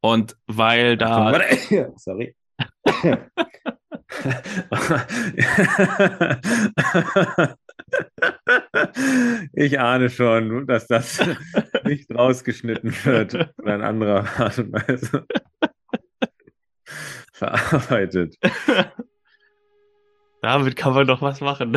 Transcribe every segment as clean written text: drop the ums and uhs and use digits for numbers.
Und weil Achtung, da, warte. Sorry. Ich ahne schon, dass das nicht rausgeschnitten wird oder in anderer Art und Weise verarbeitet. damit kann man doch was machen.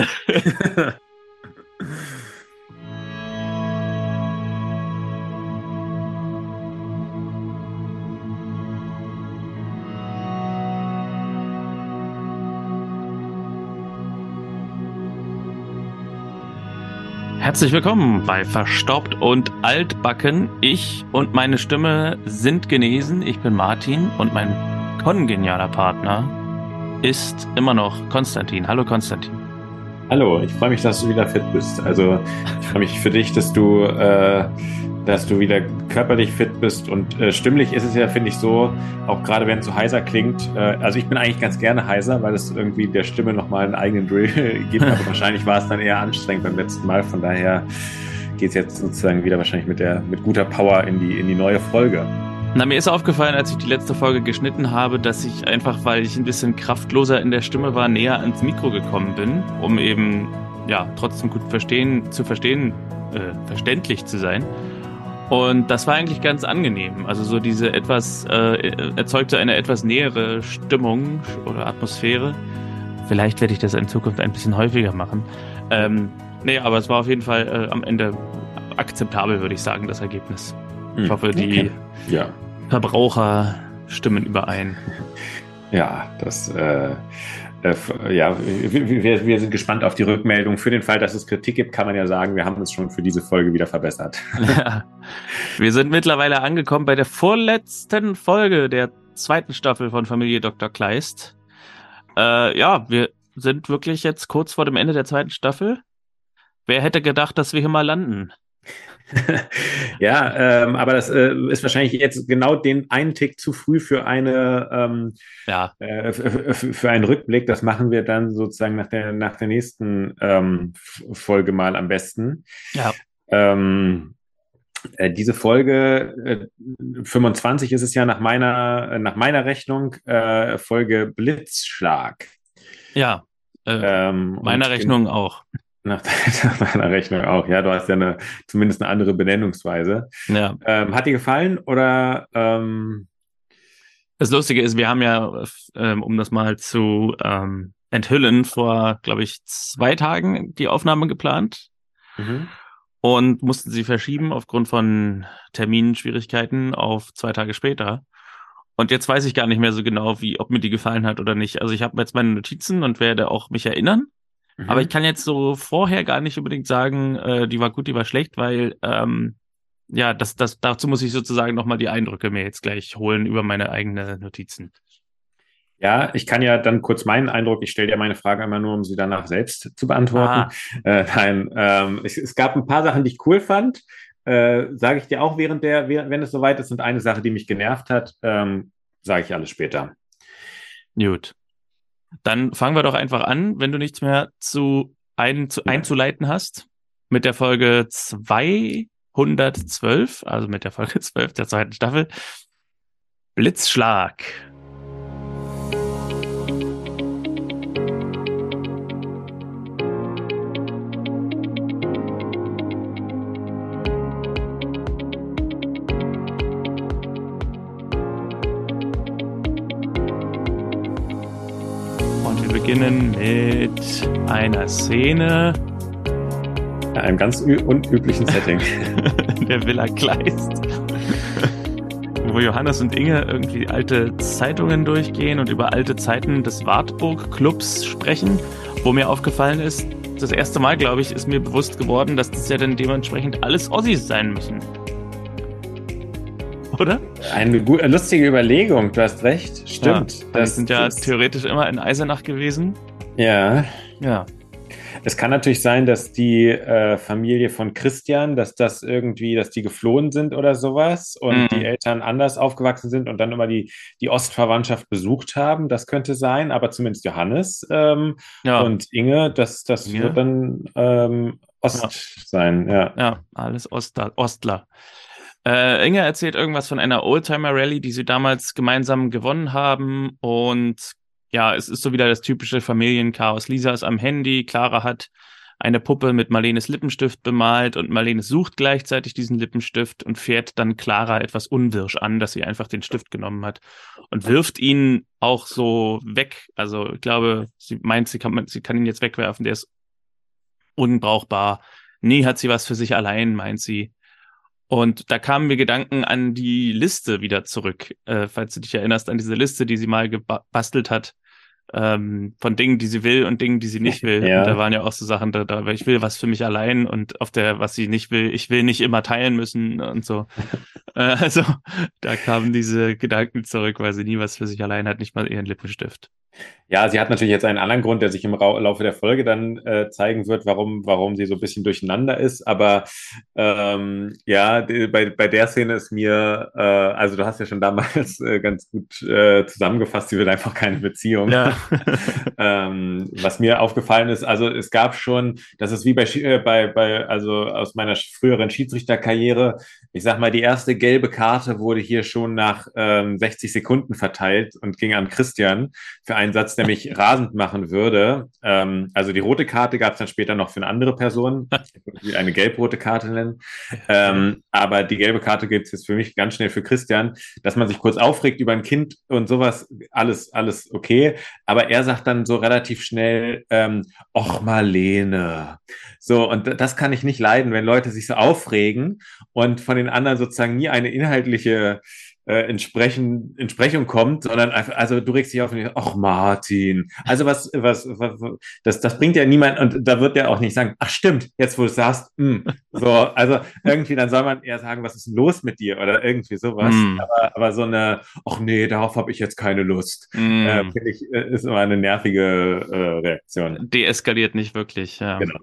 Herzlich willkommen bei Verstaubt und Altbacken. Ich und meine Stimme sind genesen. Ich bin Martin und mein kongenialer Partner ist immer noch Konstantin. Hallo Konstantin. Hallo, ich freue mich, dass du wieder fit bist. Also ich freue mich für dich, dass du wieder körperlich fit bist und stimmlich ist es ja, finde ich, so, auch gerade wenn es so heiser klingt. Also ich bin eigentlich ganz gerne heiser, weil es irgendwie der Stimme nochmal einen eigenen Drill gibt, aber wahrscheinlich war es dann eher anstrengend beim letzten Mal. Von daher geht es jetzt sozusagen wieder wahrscheinlich mit guter Power in die neue Folge. Na, mir ist aufgefallen, als ich die letzte Folge geschnitten habe, dass ich einfach, weil ich ein bisschen kraftloser in der Stimme war, näher ans Mikro gekommen bin, um eben, ja, trotzdem gut verständlich zu sein. Und das war eigentlich ganz angenehm. Also so diese erzeugte eine etwas nähere Stimmung oder Atmosphäre. Vielleicht werde ich das in Zukunft ein bisschen häufiger machen. Nee, aber es war auf jeden Fall am Ende akzeptabel, würde ich sagen, das Ergebnis. Ich hoffe, die Okay. Ja. Verbraucher stimmen überein. Ja, ja, wir sind gespannt auf die Rückmeldung. Für den Fall, dass es Kritik gibt, kann man ja sagen, wir haben uns schon für diese Folge wieder verbessert. Ja. Wir sind mittlerweile angekommen bei der vorletzten Folge der zweiten Staffel von Familie Dr. Kleist. Ja, wir sind wirklich jetzt kurz vor dem Ende der zweiten Staffel. Wer hätte gedacht, dass wir hier mal landen? Ja, aber das ist wahrscheinlich jetzt genau den einen Tick zu früh für Ja, für einen Rückblick. Das machen wir dann sozusagen nach der nächsten Folge mal am besten. ja. Ähm, Diese Folge 25 ist es ja nach meiner Rechnung Folge Blitzschlag. Ja, meiner Und in, Rechnung auch. nach, nach meiner Rechnung auch. Ja, du hast ja zumindest eine andere Benennungsweise. Ja. Hat dir gefallen oder Das Lustige ist, wir haben ja, um das mal zu enthüllen, vor, glaube ich, 2 Tagen die Aufnahme geplant mhm. und mussten sie verschieben aufgrund von Terminschwierigkeiten auf 2 Tage später. Und jetzt weiß ich gar nicht mehr so genau, ob mir die gefallen hat oder nicht. Also ich habe jetzt meine Notizen und werde auch mich erinnern. Aber ich Mhm. kann jetzt so vorher gar nicht unbedingt sagen, die war gut, die war schlecht, weil ja, dazu muss ich sozusagen nochmal die Eindrücke mir jetzt gleich holen über meine eigenen Notizen. Ja, ich kann ja dann kurz meinen Eindruck, ich stelle dir meine Frage einmal nur, um sie danach selbst zu beantworten. Ah, Nein, es gab ein paar Sachen, die ich cool fand. Sage ich dir auch wenn es soweit ist. Und eine Sache, die mich genervt hat, sage ich alles später. gut. Dann fangen wir doch einfach an, wenn du nichts mehr Ja. einzuleiten hast, mit der Folge 212, also mit der Folge 12 der zweiten Staffel. Blitzschlag. Und wir beginnen mit einer Szene In einem ganz unüblichen Setting. in der Villa Kleist, wo Johannes und Inge irgendwie alte Zeitungen durchgehen und über alte Zeiten des Wartburg-Clubs sprechen, wo mir aufgefallen ist, das erste Mal, glaube ich, ist mir bewusst geworden, dass das ja dann dementsprechend alles Ossis sein müssen. Oder? Eine lustige Überlegung, du hast recht, Ja, stimmt. weil die sind ja theoretisch immer in Eisenach gewesen. Ja. Ja. Es kann natürlich sein, dass die Familie von Christian, dass die geflohen sind oder sowas und die Mhm. Eltern anders aufgewachsen sind und dann immer die Ostverwandtschaft besucht haben. Das könnte sein, aber zumindest Johannes Ja. und Inge, das wird Inge? dann Ja. Ost sein, ja. Ja, alles Ostler. Inge erzählt irgendwas von einer Oldtimer-Rallye, die sie damals gemeinsam gewonnen haben. Und ja, es ist so wieder das typische Familienchaos. Lisa ist am Handy, Clara hat eine Puppe mit Marlenes Lippenstift bemalt und Marlene sucht gleichzeitig diesen Lippenstift und fährt dann Clara etwas unwirsch an, dass sie einfach den Stift genommen hat und wirft ihn auch so weg. Also ich glaube, sie meint, sie kann ihn jetzt wegwerfen, der ist unbrauchbar. Nie hat sie was für sich allein, meint sie. Und da kamen mir Gedanken an die Liste wieder zurück, falls du dich erinnerst an diese Liste, die sie mal gebastelt hat, von Dingen, die sie will und Dingen, die sie nicht will. Ja. Und da waren ja auch so Sachen, ich will was für mich allein und auf der, was sie nicht will, ich will nicht immer teilen müssen und so. Also da kamen diese Gedanken zurück, weil sie nie was für sich allein hat, nicht mal ihren Lippenstift. Ja, sie hat natürlich jetzt einen anderen Grund, der sich im Laufe der Folge dann zeigen wird, warum sie so ein bisschen durcheinander ist. Aber ja, bei der Szene ist mir, also du hast ja schon damals ganz gut zusammengefasst, sie will einfach keine Beziehung. Ja. Was mir aufgefallen ist, also es gab schon, das ist wie also aus meiner früheren Schiedsrichterkarriere, ich sag mal, die erste gelbe Karte wurde hier schon nach 60 Sekunden verteilt und ging an Christian für einen Satz, der mich rasend machen würde. Also die rote Karte gab es dann später noch für eine andere Person, ich will eine gelb-rote Karte nennen. Aber die gelbe Karte gibt es jetzt für mich ganz schnell für Christian, dass man sich kurz aufregt über ein Kind und sowas, alles okay. Aber er sagt dann so relativ schnell, och Marlene. So, und das kann ich nicht leiden, wenn Leute sich so aufregen und von den anderen sozusagen nie eine inhaltliche Entsprechung kommt, sondern einfach, also du regst dich auf und denkst, ach Martin, also das bringt ja niemand und da wird der auch nicht sagen, ach stimmt, jetzt wo du es sagst, so, also irgendwie, dann soll man eher sagen, was ist denn los mit dir oder irgendwie sowas, aber so eine, ach nee, darauf habe ich jetzt keine Lust, finde ich, ist immer eine nervige Reaktion. Deeskaliert nicht wirklich, ja. Genau.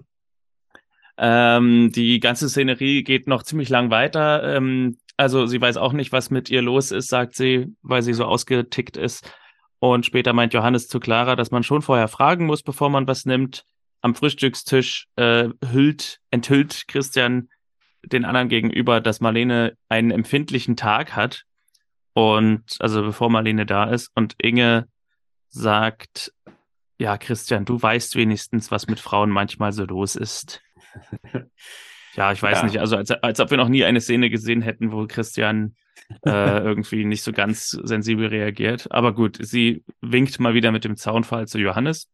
Die ganze Szenerie geht noch ziemlich lang weiter. Also sie weiß auch nicht, was mit ihr los ist, sagt sie, weil sie so ausgetickt ist. Und später meint Johannes zu Clara, dass man schon vorher fragen muss, bevor man was nimmt. Am Frühstückstisch enthüllt Christian den anderen gegenüber, dass Marlene einen empfindlichen Tag hat. Und also bevor Marlene da ist. Und Inge sagt, ja, Christian, du weißt wenigstens, was mit Frauen manchmal so los ist. Ja, ich weiß nicht, also als ob wir noch nie eine Szene gesehen hätten, wo Christian irgendwie nicht so ganz sensibel reagiert. Aber gut, sie winkt mal wieder mit dem Zaunpfahl zu Johannes.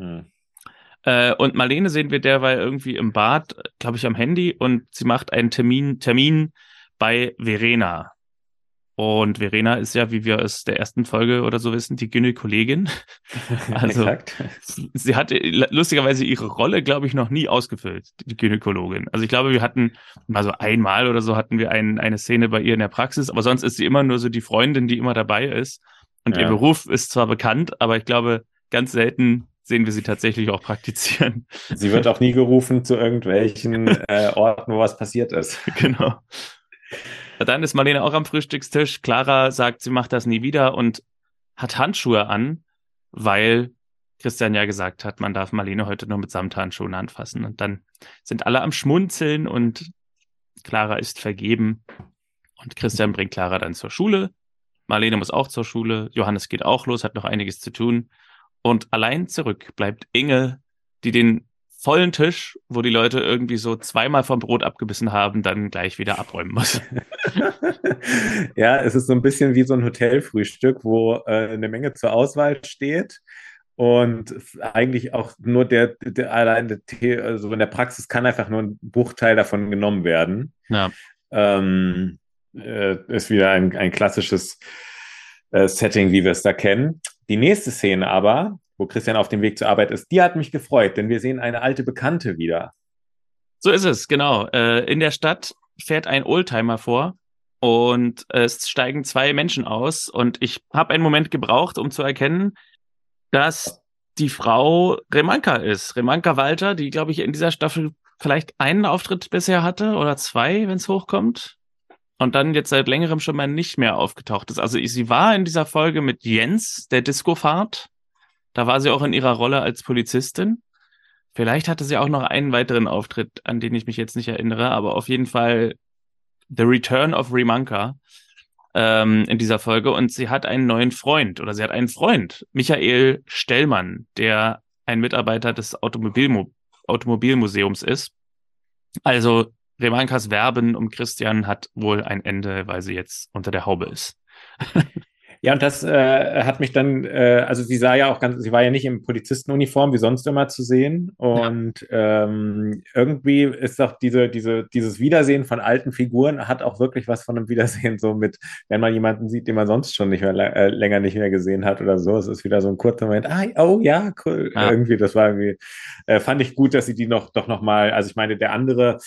Und Marlene sehen wir derweil irgendwie im Bad, glaube ich, am Handy und sie macht einen Termin bei Verena. Und Verena ist ja, wie wir aus der ersten Folge oder so wissen, die Gynäkologin. Also sie hatte lustigerweise ihre Rolle, glaube ich, noch nie ausgefüllt, die Gynäkologin. Also ich glaube, wir hatten mal so einmal oder so hatten wir eine Szene bei ihr in der Praxis, aber sonst ist sie immer nur so die Freundin, die immer dabei ist. Und ihr Beruf ist zwar bekannt, aber ich glaube, ganz selten sehen wir sie tatsächlich auch praktizieren. Sie wird auch nie gerufen zu irgendwelchen Orten, wo was passiert ist. Genau. Dann ist Marlene auch am Frühstückstisch. Clara sagt, sie macht das nie wieder und hat Handschuhe an, weil Christian ja gesagt hat, man darf Marlene heute nur mit Samthandschuhen anfassen. Und dann sind alle am Schmunzeln und Clara ist vergeben. Und Christian bringt Clara dann zur Schule. Marlene muss auch zur Schule. Johannes geht auch los, hat noch einiges zu tun. Und allein zurück bleibt Inge, die den vollen Tisch, wo die Leute irgendwie so zweimal vom Brot abgebissen haben, dann gleich wieder abräumen muss. Ja, es ist so ein bisschen wie so ein Hotelfrühstück, wo eine Menge zur Auswahl steht und eigentlich auch nur also in der Praxis kann einfach nur ein Bruchteil davon genommen werden. Ja. Ist wieder ein klassisches Setting, wie wir es da kennen. Die nächste Szene aber, wo Christian auf dem Weg zur Arbeit ist, die hat mich gefreut, denn wir sehen eine alte Bekannte wieder. So ist es, genau. In der Stadt fährt ein Oldtimer vor und es steigen zwei Menschen aus und ich habe einen Moment gebraucht, um zu erkennen, dass die Frau Remanka ist. Remanka Walter, die, glaube ich, in dieser Staffel vielleicht einen Auftritt bisher hatte oder zwei, wenn es hochkommt. Und dann jetzt seit längerem schon mal nicht mehr aufgetaucht ist. Also sie war in dieser Folge mit Jens, der Discofahrt. Da war sie auch in ihrer Rolle als Polizistin. Vielleicht hatte sie auch noch einen weiteren Auftritt, an den ich mich jetzt nicht erinnere, aber auf jeden Fall The Return of Remanka in dieser Folge. Und sie hat einen neuen Freund oder sie hat einen Freund, Michael Stellmann, der ein Mitarbeiter des Automobilmuseums ist. Also Remankas Werben um Christian hat wohl ein Ende, weil sie jetzt unter der Haube ist. Ja, und das hat mich dann, also sie sah ja auch ganz, sie war ja nicht in Polizistenuniform wie sonst immer zu sehen. Ja. Und irgendwie ist doch dieses Wiedersehen von alten Figuren hat auch wirklich was von einem Wiedersehen, so mit, wenn man jemanden sieht, den man sonst schon nicht mehr länger nicht mehr gesehen hat oder so. Es ist wieder so ein kurzer Moment, oh ja, cool. Ja. Irgendwie, das war irgendwie, fand ich gut, dass sie die doch noch mal, also ich meine, der andere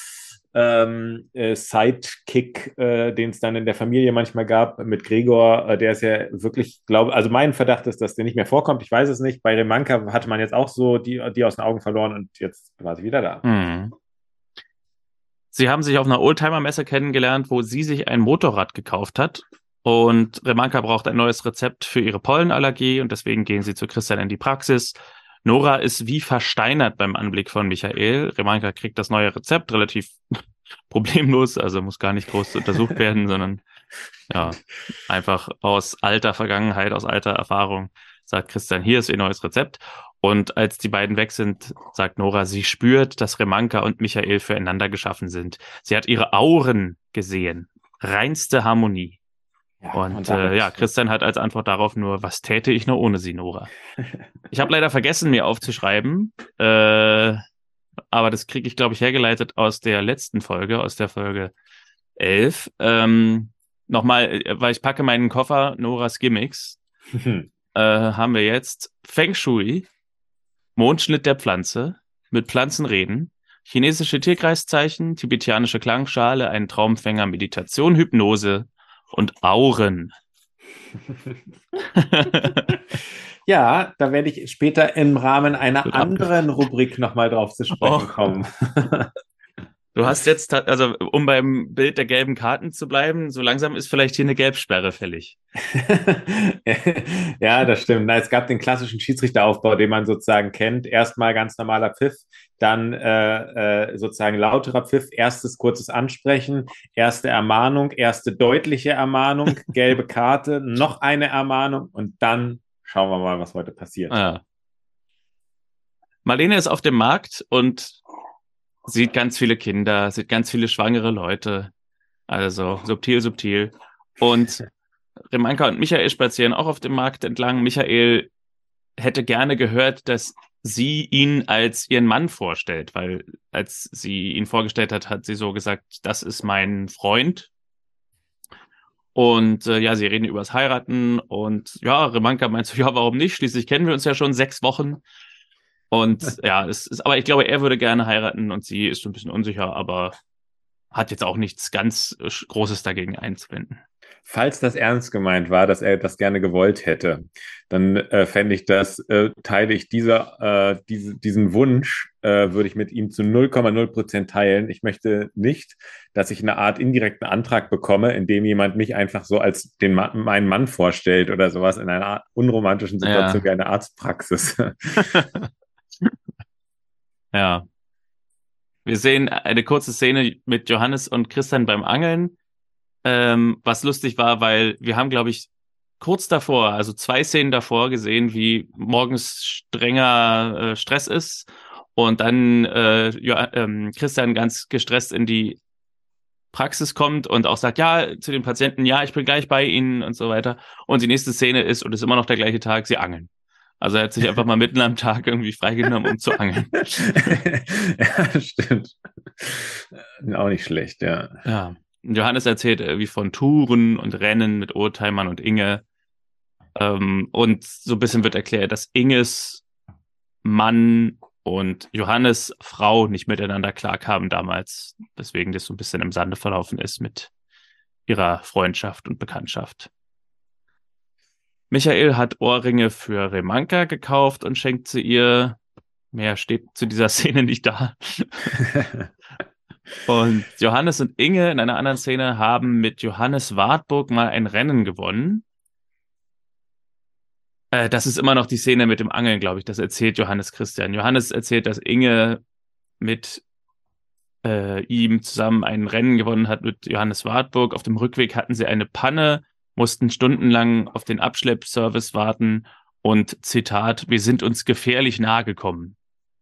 Sidekick, den es dann in der Familie manchmal gab mit Gregor, der ist ja wirklich, glaube, also mein Verdacht ist, dass der nicht mehr vorkommt. Ich weiß es nicht. Bei Remanka hatte man jetzt auch so die aus den Augen verloren und jetzt war sie wieder da. Hm. Sie haben sich auf einer Oldtimer-Messe kennengelernt, wo sie sich ein Motorrad gekauft hat. Und Remanka braucht ein neues Rezept für ihre Pollenallergie und deswegen gehen sie zu Christian in die Praxis. Nora ist wie versteinert beim Anblick von Michael. Remanka kriegt das neue Rezept relativ problemlos, also muss gar nicht groß untersucht werden, sondern ja, einfach aus alter Vergangenheit, aus alter Erfahrung sagt Christian, hier ist ihr neues Rezept. Und als die beiden weg sind, sagt Nora, sie spürt, dass Remanka und Michael füreinander geschaffen sind. Sie hat ihre Auren gesehen. Reinste Harmonie. Ja, Und damit, Christian hat als Antwort darauf nur, was täte ich nur ohne sie, Nora? Ich habe leider vergessen, mir aufzuschreiben, aber das kriege ich, glaube ich, hergeleitet aus der letzten Folge, aus der Folge 11. Nochmal, weil ich packe meinen Koffer, Noras Gimmicks, haben wir jetzt Feng Shui, Mondschnitt der Pflanze, mit Pflanzen reden, chinesische Tierkreiszeichen, tibetianische Klangschale, ein Traumfänger, Meditation, Hypnose und Auren. Ja, da werde ich später im Rahmen einer Wird anderen Rubrik nochmal drauf zu sprechen Och. kommen. Du hast jetzt, also um beim Bild der gelben Karten zu bleiben, so langsam ist vielleicht hier eine Gelbsperre fällig. Ja, das stimmt. Na, es gab den klassischen Schiedsrichteraufbau, den man sozusagen kennt. Erstmal ganz normaler Pfiff, dann sozusagen lauterer Pfiff, erstes kurzes Ansprechen, erste Ermahnung, erste deutliche Ermahnung, gelbe Karte, noch eine Ermahnung und dann schauen wir mal, was heute passiert. Ja. Marlene ist auf dem Markt und sieht ganz viele Kinder, sieht ganz viele schwangere Leute. Also subtil, subtil. Und Remanka und Michael spazieren auch auf dem Markt entlang. Michael hätte gerne gehört, dass sie ihn als ihren Mann vorstellt, weil als sie ihn vorgestellt hat, hat sie so gesagt, das ist mein Freund. Und ja, sie reden übers Heiraten und ja, Remanka meint so, ja, warum nicht? Schließlich kennen wir uns ja schon 6 Wochen. Und ja, aber ich glaube, er würde gerne heiraten und sie ist so ein bisschen unsicher, aber hat jetzt auch nichts ganz Großes dagegen einzuwenden. Falls das ernst gemeint war, dass er das gerne gewollt hätte, dann fände ich das, teile ich diesen Wunsch, würde ich mit ihm zu 0,0% teilen. Ich möchte nicht, dass ich eine Art indirekten Antrag bekomme, in dem jemand mich einfach so als meinen Mann vorstellt oder sowas in einer Art unromantischen Situation wie eine Arztpraxis. Ja. Wir sehen eine kurze Szene mit Johannes und Christian beim Angeln, was lustig war, weil wir haben, glaube ich, kurz davor, also 2 Szenen davor gesehen, wie morgens strenger Stress ist und dann Christian ganz gestresst in die Praxis kommt und auch sagt, ja, zu den Patienten, ja, ich bin gleich bei Ihnen und so weiter. Und die nächste Szene ist, und es ist immer noch der gleiche Tag, sie angeln. Also er hat sich einfach mal mitten am Tag irgendwie freigenommen, um zu angeln. Ja, stimmt. Auch nicht schlecht, ja. Ja. Johannes erzählt irgendwie von Touren und Rennen mit Oldtimern und Inge. Und so ein bisschen wird erklärt, dass Inges Mann und Johannes Frau nicht miteinander klarkamen damals. Deswegen das so ein bisschen im Sande verlaufen ist mit ihrer Freundschaft und Bekanntschaft. Michael hat Ohrringe für Remanka gekauft und schenkt sie ihr. Mehr steht zu dieser Szene nicht da. Und Johannes und Inge in einer anderen Szene haben mit Johannes Wartburg mal ein Rennen gewonnen. Das ist immer noch die Szene mit dem Angeln, glaube ich. Das erzählt Johannes Christian. Johannes erzählt, dass Inge mit ihm zusammen ein Rennen gewonnen hat mit Johannes Wartburg. Auf dem Rückweg hatten sie eine Panne, mussten stundenlang auf den Abschleppservice warten und Zitat, wir sind uns gefährlich nahe gekommen.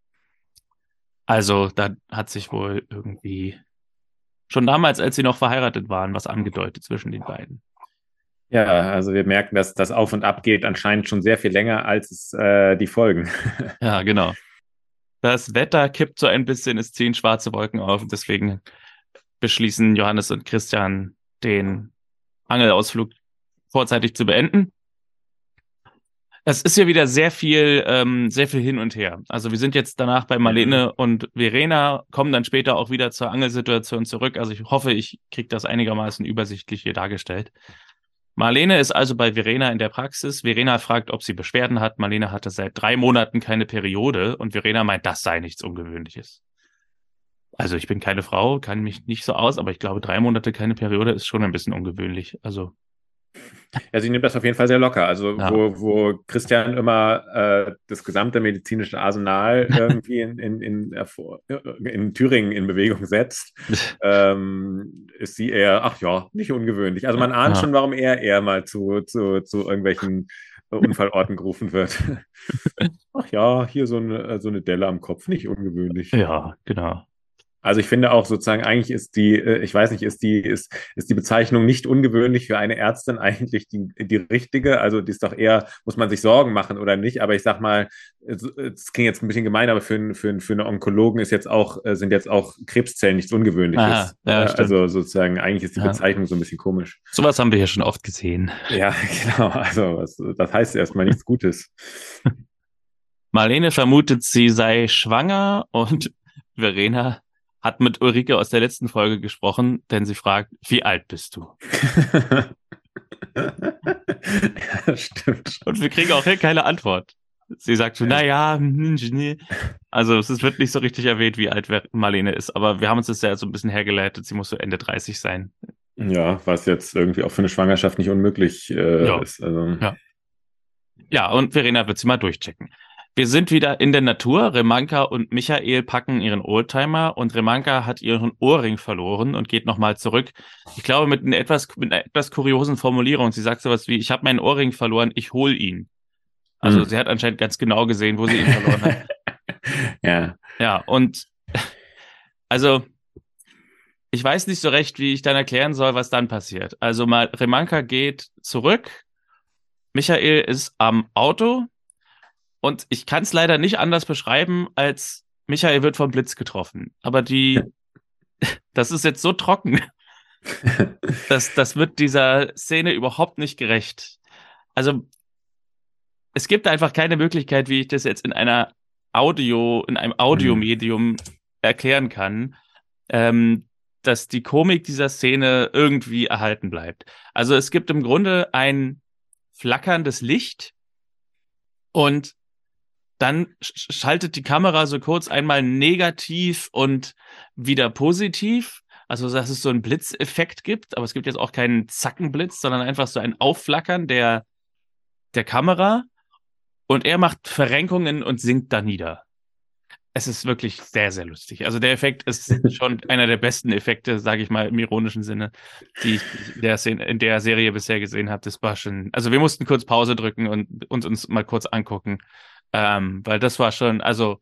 Also da hat sich wohl irgendwie schon damals, als sie noch verheiratet waren, was angedeutet zwischen den beiden. Ja, also wir merken, dass das Auf und Ab geht anscheinend schon sehr viel länger als die Folgen. Ja, genau. Das Wetter kippt so ein bisschen, es ziehen schwarze Wolken auf und deswegen beschließen Johannes und Christian, den Angelausflug vorzeitig zu beenden. Es ist hier wieder sehr viel hin und her. Also wir sind jetzt danach bei Marlene und Verena, kommen dann später auch wieder zur Angelsituation zurück. Also ich hoffe, ich kriege das einigermaßen übersichtlich hier dargestellt. Marlene ist also bei Verena in der Praxis. Verena fragt, ob sie Beschwerden hat. Marlene hatte seit 3 Monaten keine Periode und Verena meint, das sei nichts Ungewöhnliches. Also ich bin keine Frau, kann mich nicht so aus, aber ich glaube, 3 Monate keine Periode ist schon ein bisschen ungewöhnlich. Also Ja, sie nimmt das auf jeden Fall sehr locker. Also, ja. wo Christian immer das gesamte medizinische Arsenal irgendwie in Thüringen in Bewegung setzt, ist sie eher, ach ja, nicht ungewöhnlich. Also man ahnt Ja. schon, warum er eher mal zu irgendwelchen Unfallorten gerufen wird. Ach ja, hier so eine Delle am Kopf, nicht ungewöhnlich. Ja, genau. Also ich finde auch sozusagen, eigentlich ich weiß nicht, ist die Bezeichnung nicht ungewöhnlich für eine Ärztin eigentlich die richtige? Also die ist doch eher, muss man sich Sorgen machen oder nicht? Aber ich sag mal, es klingt jetzt ein bisschen gemein, aber für eine Onkologen sind jetzt auch Krebszellen nichts Aha, Ungewöhnliches. ja, stimmt. Also sozusagen, eigentlich ist die Ja. Bezeichnung so ein bisschen komisch. Sowas haben wir hier schon oft gesehen. Ja, genau. Also das heißt erstmal nichts Gutes. Marlene vermutet, sie sei schwanger und Verena hat mit Ulrike aus der letzten Folge gesprochen, denn sie fragt, wie alt bist du? Ja, stimmt. Und wir kriegen auch hier keine Antwort. Sie sagt so, naja, also wird nicht so richtig erwähnt, wie alt Marlene ist, aber wir haben uns das ja so ein bisschen hergeleitet, sie muss so Ende 30 sein. Ja, was jetzt irgendwie auch für eine Schwangerschaft nicht unmöglich Ja, ist. Also. ja. Ja, und Verena wird sie mal durchchecken. Wir sind wieder in der Natur. Remanka und Michael packen ihren Oldtimer und Remanka hat ihren Ohrring verloren und geht nochmal zurück. Ich glaube, mit einer etwas kuriosen Formulierung. Sie sagt sowas wie, ich habe meinen Ohrring verloren, ich hol ihn. Also sie hat anscheinend ganz genau gesehen, wo sie ihn verloren hat. Ja. Ja, und also ich weiß nicht so recht, wie ich dann erklären soll, was dann passiert. Also mal Remanka geht zurück, Michael ist am Auto. Und ich kann es leider nicht anders beschreiben, als Michael wird vom Blitz getroffen. Aber das ist jetzt so trocken, das wird dieser Szene überhaupt nicht gerecht. Also, es gibt einfach keine Möglichkeit, wie ich das jetzt in einem Audiomedium erklären kann, dass die Komik dieser Szene irgendwie erhalten bleibt. Also, es gibt im Grunde ein flackerndes Licht und dann schaltet die Kamera so kurz einmal negativ und wieder positiv. Also, dass es so einen Blitzeffekt gibt, aber es gibt jetzt auch keinen Zackenblitz, sondern einfach so ein Aufflackern der Kamera. Und er macht Verrenkungen und sinkt da nieder. Es ist wirklich sehr, sehr lustig. Also der Effekt ist schon einer der besten Effekte, sage ich mal im ironischen Sinne, die ich in der Serie bisher gesehen habe. Das war schon, also wir mussten kurz Pause drücken und uns mal kurz angucken, weil das war schon, also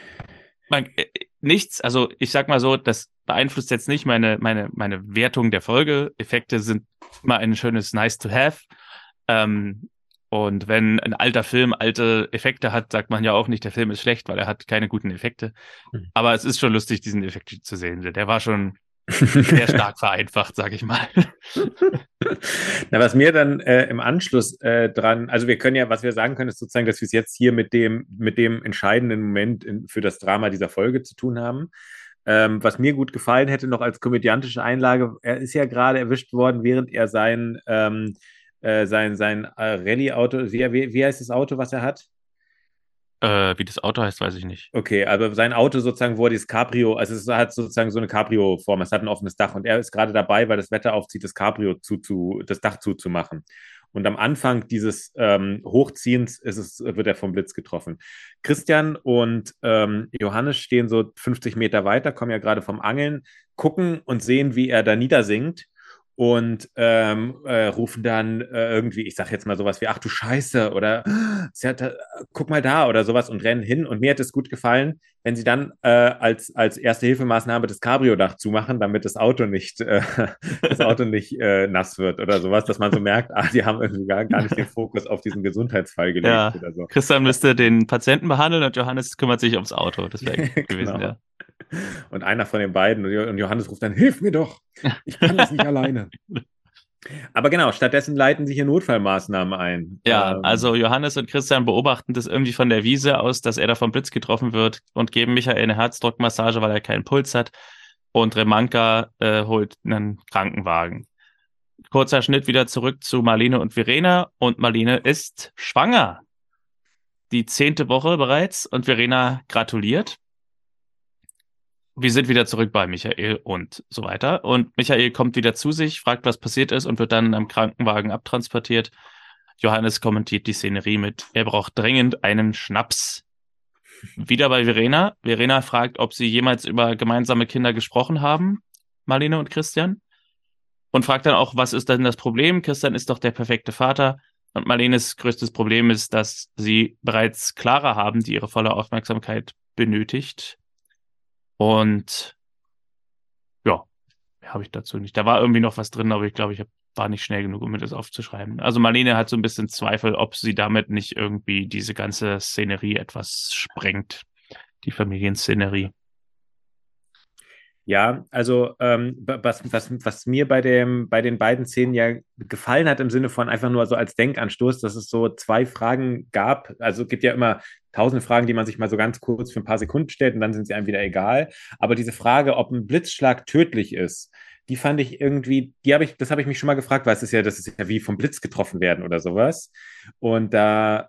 nichts, also ich sag mal so, das beeinflusst jetzt nicht meine Wertung der Folge. Effekte sind immer ein schönes Nice to have. Und wenn ein alter Film alte Effekte hat, sagt man ja auch nicht, der Film ist schlecht, weil er hat keine guten Effekte. Aber es ist schon lustig, diesen Effekt zu sehen. Der war schon sehr stark vereinfacht, sag ich mal. Na, was mir dann im Anschluss dran, also was wir sagen können, ist sozusagen, dass wir es jetzt hier mit dem entscheidenden Moment für das Drama dieser Folge zu tun haben. Was mir gut gefallen hätte, noch als komödiantische Einlage, er ist ja gerade erwischt worden, während er sein Rallye-Auto, wie heißt das Auto, was er hat? Wie das Auto heißt, weiß ich nicht. Okay, aber sein Auto sozusagen, wo er dieses Cabrio, also es hat sozusagen so eine Cabrio-Form, es hat ein offenes Dach und er ist gerade dabei, weil das Wetter aufzieht, das Dach zuzumachen. Und am Anfang dieses Hochziehens wird er vom Blitz getroffen. Christian und Johannes stehen so 50 Meter weiter, kommen ja gerade vom Angeln, gucken und sehen, wie er da niedersinkt und rufen dann irgendwie, ich sag jetzt mal sowas wie, ach du Scheiße oder guck mal da oder sowas und rennen hin. Und mir hat es gut gefallen, wenn sie dann als erste Hilfemaßnahme das Cabrio-Dach zumachen, damit das Auto nicht, das Auto nicht nass wird oder sowas, dass man so merkt, die haben irgendwie gar nicht den Fokus auf diesen Gesundheitsfall gelegt Ja, oder so. Christian müsste den Patienten behandeln und Johannes kümmert sich ums Auto. Das wäre gewesen, Genau. ja. Und einer von den beiden, und Johannes ruft dann, hilf mir doch, ich kann das nicht alleine. Aber genau, stattdessen leiten sie hier Notfallmaßnahmen ein. Ja, also Johannes und Christian beobachten das irgendwie von der Wiese aus, dass er da vom Blitz getroffen wird und geben Michael eine Herzdruckmassage, weil er keinen Puls hat. Und Remanka holt einen Krankenwagen. Kurzer Schnitt wieder zurück zu Marlene und Verena. Und Marlene ist schwanger. Die 10. Woche bereits. Und Verena gratuliert. Wir sind wieder zurück bei Michael und so weiter. Und Michael kommt wieder zu sich, fragt, was passiert ist und wird dann am Krankenwagen abtransportiert. Johannes kommentiert die Szenerie mit, er braucht dringend einen Schnaps. Wieder bei Verena. Verena fragt, ob sie jemals über gemeinsame Kinder gesprochen haben, Marlene und Christian. Und fragt dann auch, was ist denn das Problem? Christian ist doch der perfekte Vater. Und Marlenes größtes Problem ist, dass sie bereits Clara haben, die ihre volle Aufmerksamkeit benötigt. Und ja, mehr habe ich dazu nicht. Da war irgendwie noch was drin, aber ich glaube, war nicht schnell genug, um mir das aufzuschreiben. Also Marlene hat so ein bisschen Zweifel, ob sie damit nicht irgendwie diese ganze Szenerie etwas sprengt, die Familienszenerie. Ja, also was mir bei den beiden Szenen ja gefallen hat, im Sinne von einfach nur so als Denkanstoß, dass es so zwei Fragen gab. Also es gibt ja immer tausende Fragen, die man sich mal so ganz kurz für ein paar Sekunden stellt und dann sind sie einem wieder egal. Aber diese Frage, ob ein Blitzschlag tödlich ist, die fand ich irgendwie, das habe ich mich schon mal gefragt, weil das ist ja wie vom Blitz getroffen werden oder sowas. Und da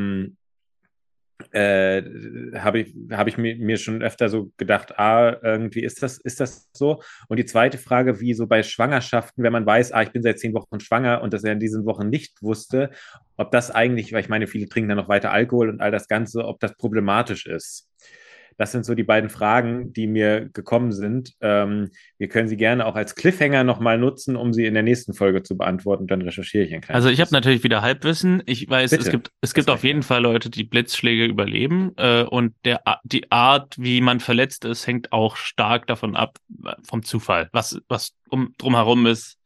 habe ich mir schon öfter so gedacht, irgendwie ist das so. Und die zweite Frage, wie so bei Schwangerschaften, wenn man weiß, ich bin seit 10 Wochen schwanger und das er in diesen Wochen nicht wusste, ob das eigentlich, weil ich meine, viele trinken dann noch weiter Alkohol und all das Ganze, ob das problematisch ist. Das sind so die beiden Fragen, die mir gekommen sind. Wir können sie gerne auch als Cliffhanger nochmal nutzen, um sie in der nächsten Folge zu beantworten. Dann recherchiere ich ein kleines Also ich habe bisschen. natürlich wieder Halbwissen. Ich weiß, Bitte. es gibt auf jeden Fall Leute, die Blitzschläge überleben. Und die Art, wie man verletzt ist, hängt auch stark davon ab, vom Zufall, was drumherum ist.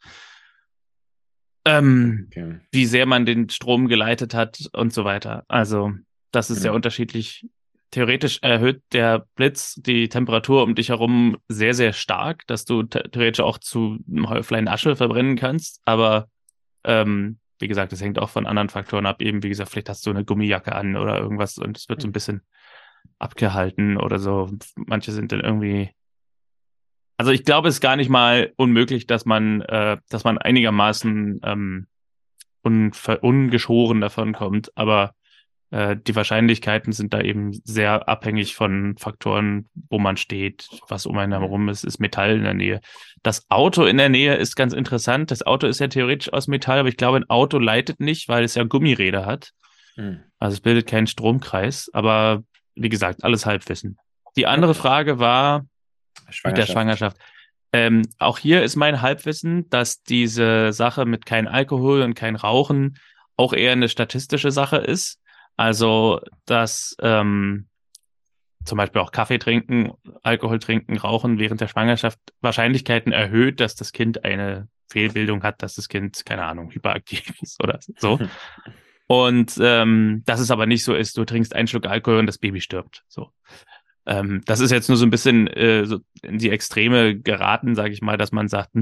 Okay. Wie sehr man den Strom geleitet hat und so weiter. Also das ist sehr unterschiedlich. Theoretisch erhöht der Blitz die Temperatur um dich herum sehr, sehr stark, dass du theoretisch auch zu einem Häuflein Asche verbrennen kannst. Aber wie gesagt, das hängt auch von anderen Faktoren ab. Eben, wie gesagt, vielleicht hast du eine Gummijacke an oder irgendwas und es wird so ein bisschen abgehalten oder so. Manche sind dann irgendwie. Also ich glaube, es ist gar nicht mal unmöglich, dass man einigermaßen ungeschoren davon kommt, aber die Wahrscheinlichkeiten sind da eben sehr abhängig von Faktoren, wo man steht, was um einen herum ist Metall in der Nähe. Das Auto in der Nähe ist ganz interessant. Das Auto ist ja theoretisch aus Metall, aber ich glaube, ein Auto leitet nicht, weil es ja Gummiräder hat. Also es bildet keinen Stromkreis, aber wie gesagt, alles Halbwissen. Die andere Frage war mit der Schwangerschaft. Auch hier ist mein Halbwissen, dass diese Sache mit kein Alkohol und kein Rauchen auch eher eine statistische Sache ist. Also, dass zum Beispiel auch Kaffee trinken, Alkohol trinken, Rauchen während der Schwangerschaft Wahrscheinlichkeiten erhöht, dass das Kind eine Fehlbildung hat, dass das Kind, keine Ahnung, hyperaktiv ist oder so. Und dass es aber nicht so ist, du trinkst einen Schluck Alkohol und das Baby stirbt. So. Das ist jetzt nur so ein bisschen so in die Extreme geraten, sage ich mal, dass man sagt,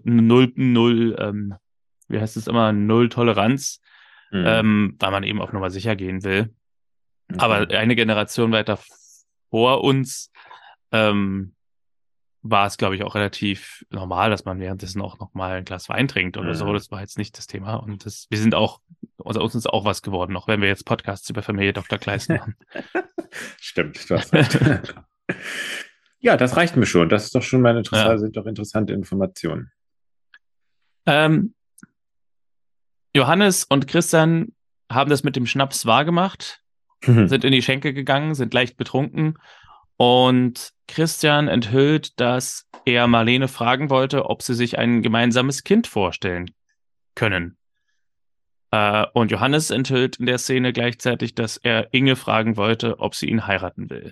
wie heißt es immer, null Toleranz. Weil man eben auf Nummer sicher gehen will. Okay. Aber eine Generation weiter vor uns war es, glaube ich, auch relativ normal, dass man währenddessen auch noch mal ein Glas Wein trinkt oder so. Das war jetzt nicht das Thema. Und wir sind auch, aus uns ist auch was geworden, auch wenn wir jetzt Podcasts über Familie Dr. Kleist machen. Stimmt, du hast recht. Ja, das reicht mir schon. Das ist doch schon mal sind doch interessante Informationen. Johannes und Christian haben das mit dem Schnaps wahrgemacht, sind in die Schenke gegangen, sind leicht betrunken und Christian enthüllt, dass er Marlene fragen wollte, ob sie sich ein gemeinsames Kind vorstellen können. Und Johannes enthüllt in der Szene gleichzeitig, dass er Inge fragen wollte, ob sie ihn heiraten will.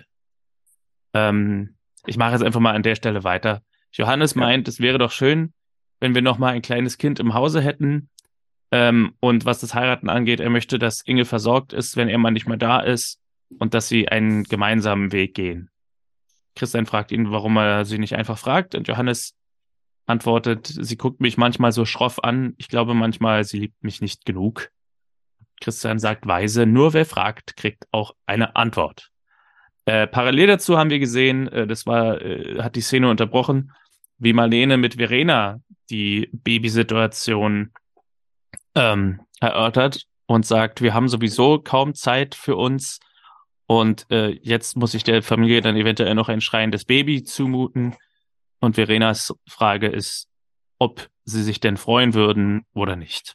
Ich mache jetzt einfach mal an der Stelle weiter. Johannes Ja. meint, es wäre doch schön, wenn wir noch mal ein kleines Kind im Hause hätten. Und was das Heiraten angeht, er möchte, dass Inge versorgt ist, wenn er mal nicht mehr da ist und dass sie einen gemeinsamen Weg gehen. Christian fragt ihn, warum er sie nicht einfach fragt und Johannes antwortet, sie guckt mich manchmal so schroff an. Ich glaube manchmal, sie liebt mich nicht genug. Christian sagt weise, nur wer fragt, kriegt auch eine Antwort. Parallel dazu haben wir gesehen, hat die Szene unterbrochen, wie Marlene mit Verena die Babysituation erörtert und sagt, wir haben sowieso kaum Zeit für uns und jetzt muss ich der Familie dann eventuell noch ein schreiendes Baby zumuten. Und Verenas Frage ist, ob sie sich denn freuen würden oder nicht.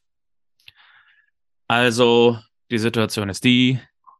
Also, die Situation ist die,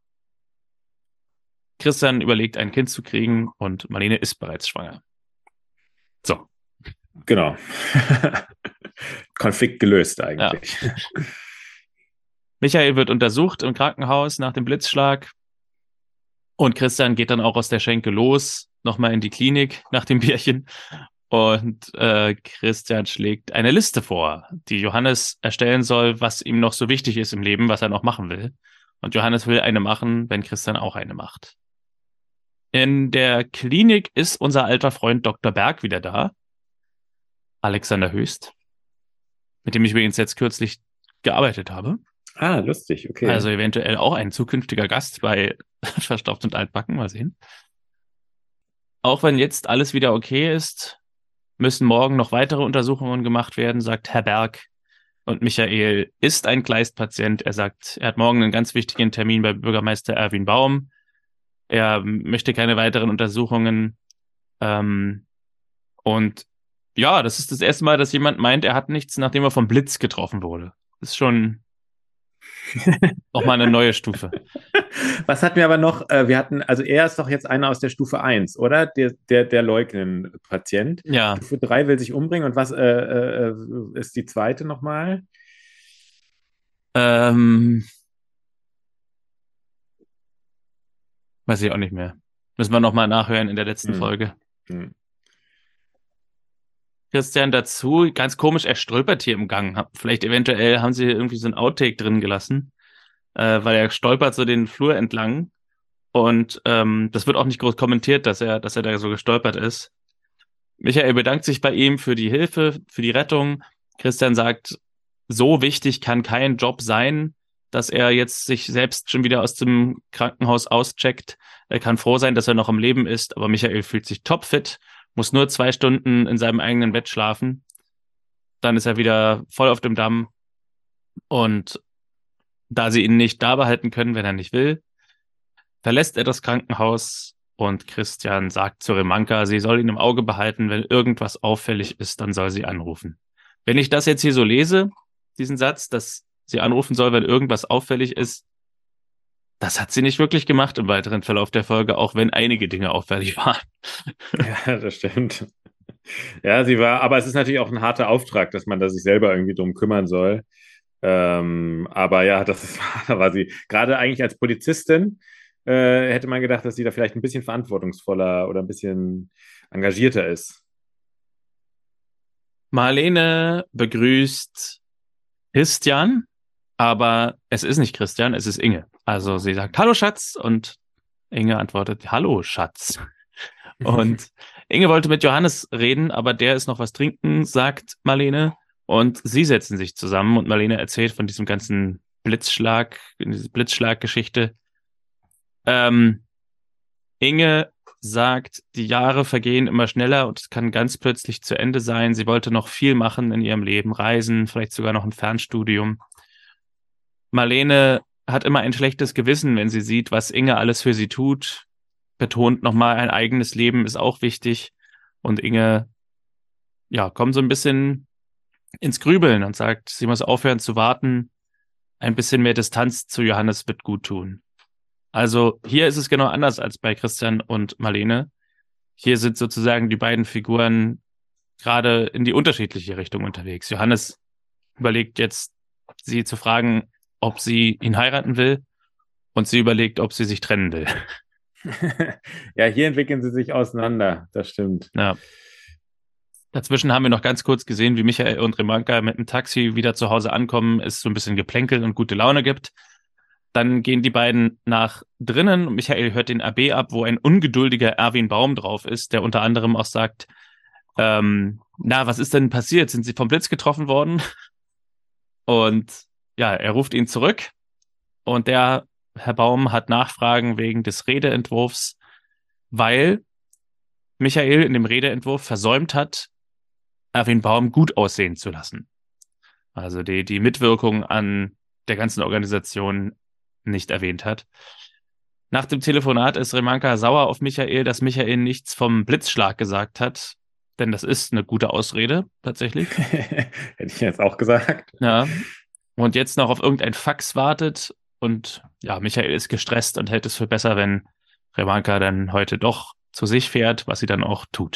Christian überlegt, ein Kind zu kriegen und Marlene ist bereits schwanger. So. Genau. Konflikt gelöst eigentlich. Ja. Michael wird untersucht im Krankenhaus nach dem Blitzschlag und Christian geht dann auch aus der Schenke los, nochmal in die Klinik nach dem Bierchen. Und Christian schlägt eine Liste vor, die Johannes erstellen soll, was ihm noch so wichtig ist im Leben, was er noch machen will. Und Johannes will eine machen, wenn Christian auch eine macht. In der Klinik ist unser alter Freund Dr. Berg wieder da. Alexander Höchst, mit dem ich übrigens jetzt kürzlich gearbeitet habe. Ah, lustig, okay. Also eventuell auch ein zukünftiger Gast bei Verstaubt und Altbacken, mal sehen. Auch wenn jetzt alles wieder okay ist, müssen morgen noch weitere Untersuchungen gemacht werden, sagt Herr Berg. Und Michael ist ein Kleistpatient. Er sagt, er hat morgen einen ganz wichtigen Termin bei Bürgermeister Erwin Baum. Er möchte keine weiteren Untersuchungen. Und ja, das ist das erste Mal, dass jemand meint, er hat nichts, nachdem er vom Blitz getroffen wurde. Das ist schon auch mal eine neue Stufe. Was hatten wir aber noch? Wir hatten, also er ist doch jetzt einer aus der Stufe 1, oder? Der Leugnen-Patient. Ja, Stufe 3 will sich umbringen. Und was ist die zweite nochmal? weiß ich auch nicht mehr. Müssen wir nochmal nachhören in der letzten Folge. Christian dazu, ganz komisch, er stolpert hier im Gang. Vielleicht eventuell haben sie irgendwie so ein Outtake drin gelassen, weil er stolpert so den Flur entlang und das wird auch nicht groß kommentiert, dass er da so gestolpert ist. Michael bedankt sich bei ihm für die Hilfe, für die Rettung. Christian sagt, so wichtig kann kein Job sein, dass er jetzt sich selbst schon wieder aus dem Krankenhaus auscheckt. Er kann froh sein, dass er noch am Leben ist, aber Michael fühlt sich topfit, muss nur 2 Stunden in seinem eigenen Bett schlafen. Dann ist er wieder voll auf dem Damm. Und da sie ihn nicht da behalten können, wenn er nicht will, verlässt er das Krankenhaus und Christian sagt zu Remanka, sie soll ihn im Auge behalten. Wenn irgendwas auffällig ist, dann soll sie anrufen. Wenn ich das jetzt hier so lese, diesen Satz, dass sie anrufen soll, wenn irgendwas auffällig ist, das hat sie nicht wirklich gemacht im weiteren Verlauf der Folge, auch wenn einige Dinge auffällig waren. Ja, das stimmt. Ja, aber es ist natürlich auch ein harter Auftrag, dass man da sich selber irgendwie drum kümmern soll. Aber ja, da war sie. Gerade eigentlich als Polizistin hätte man gedacht, dass sie da vielleicht ein bisschen verantwortungsvoller oder ein bisschen engagierter ist. Marlene begrüßt Christian, aber es ist nicht Christian, es ist Inge. Also sie sagt Hallo Schatz und Inge antwortet Hallo Schatz. Und Inge wollte mit Johannes reden, aber der ist noch was trinken, sagt Marlene. Und sie setzen sich zusammen und Marlene erzählt von diesem ganzen Blitzschlag, diese Blitzschlaggeschichte. Inge sagt, die Jahre vergehen immer schneller und es kann ganz plötzlich zu Ende sein. Sie wollte noch viel machen in ihrem Leben, reisen, vielleicht sogar noch ein Fernstudium. Marlene hat immer ein schlechtes Gewissen, wenn sie sieht, was Inge alles für sie tut. Betont nochmal, ein eigenes Leben ist auch wichtig. Und Inge, ja, kommt so ein bisschen ins Grübeln und sagt, sie muss aufhören zu warten ein bisschen mehr Distanz zu Johannes wird gut tun. Also hier ist es genau anders als bei Christian und Marlene. Hier sind sozusagen die beiden Figuren gerade in die unterschiedliche Richtung unterwegs. Johannes überlegt jetzt, sie zu fragen, ob sie ihn heiraten will, und sie überlegt, ob sie sich trennen will. Ja, hier entwickeln sie sich auseinander, das stimmt. Ja. Dazwischen haben wir noch ganz kurz gesehen, wie Michael und Remanka mit dem Taxi wieder zu Hause ankommen, es so ein bisschen Geplänkel und gute Laune gibt. Dann gehen die beiden nach drinnen und Michael hört den AB ab, wo ein ungeduldiger Erwin Baum drauf ist, der unter anderem auch sagt, na, was ist denn passiert? Sind Sie vom Blitz getroffen worden? Und ja, er ruft ihn zurück und der Herr Baum hat Nachfragen wegen des Redeentwurfs, weil Michael in dem Redeentwurf versäumt hat, Erwin Baum gut aussehen zu lassen. Also die Mitwirkung an der ganzen Organisation nicht erwähnt hat. Nach dem Telefonat ist Remanka sauer auf Michael, dass Michael nichts vom Blitzschlag gesagt hat, denn das ist eine gute Ausrede, tatsächlich. Hätte ich jetzt auch gesagt. Ja. Und jetzt noch auf irgendein Fax wartet und ja, Michael ist gestresst und hält es für besser, wenn Remanka dann heute doch zu sich fährt, was sie dann auch tut.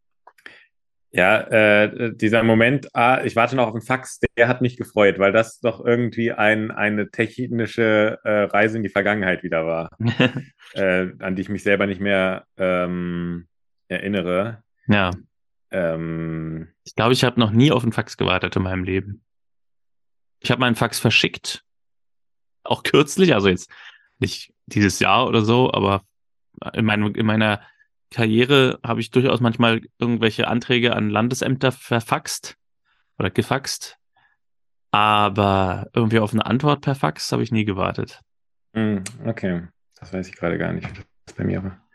Ja, dieser Moment, ich warte noch auf den Fax, der hat mich gefreut, weil das doch irgendwie eine technische Reise in die Vergangenheit wieder war, an die ich mich selber nicht mehr erinnere. Ja. Ich glaube, ich habe noch nie auf einen Fax gewartet in meinem Leben. Ich habe meinen Fax verschickt, auch kürzlich, also jetzt nicht dieses Jahr oder so, aber in meiner Karriere habe ich durchaus manchmal irgendwelche Anträge an Landesämter verfaxt oder gefaxt, aber irgendwie auf eine Antwort per Fax habe ich nie gewartet. Okay, das weiß ich gerade gar nicht, wie das bei mir war.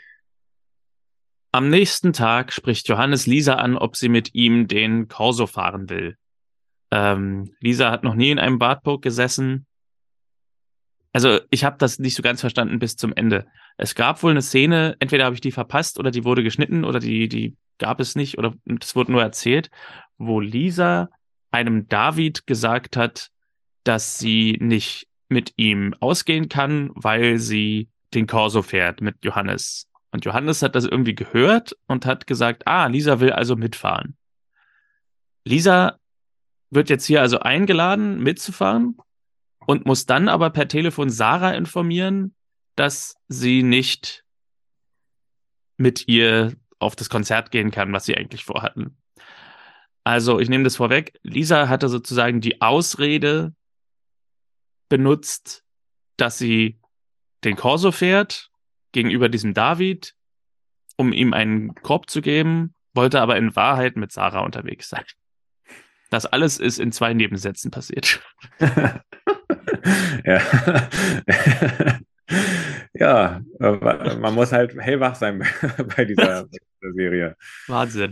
Am nächsten Tag spricht Johannes Lisa an, ob sie mit ihm den Corso fahren will. Lisa hat noch nie in einem Wartburg gesessen. Also ich habe das nicht so ganz verstanden bis zum Ende. Es gab wohl eine Szene, entweder habe ich die verpasst oder die wurde geschnitten oder die gab es nicht oder es wurde nur erzählt, wo Lisa einem David gesagt hat, dass sie nicht mit ihm ausgehen kann, weil sie den Corso fährt mit Johannes. Und Johannes hat das irgendwie gehört und hat gesagt, Lisa will also mitfahren. Lisa wird jetzt hier also eingeladen, mitzufahren und muss dann aber per Telefon Sarah informieren, dass sie nicht mit ihr auf das Konzert gehen kann, was sie eigentlich vorhatten. Also, ich nehme das vorweg. Lisa hatte sozusagen die Ausrede benutzt, dass sie den Corso fährt gegenüber diesem David, um ihm einen Korb zu geben, wollte aber in Wahrheit mit Sarah unterwegs sein. Das alles ist in 2 Nebensätzen passiert. Ja. Ja, man muss halt hellwach sein bei dieser Serie. Wahnsinn.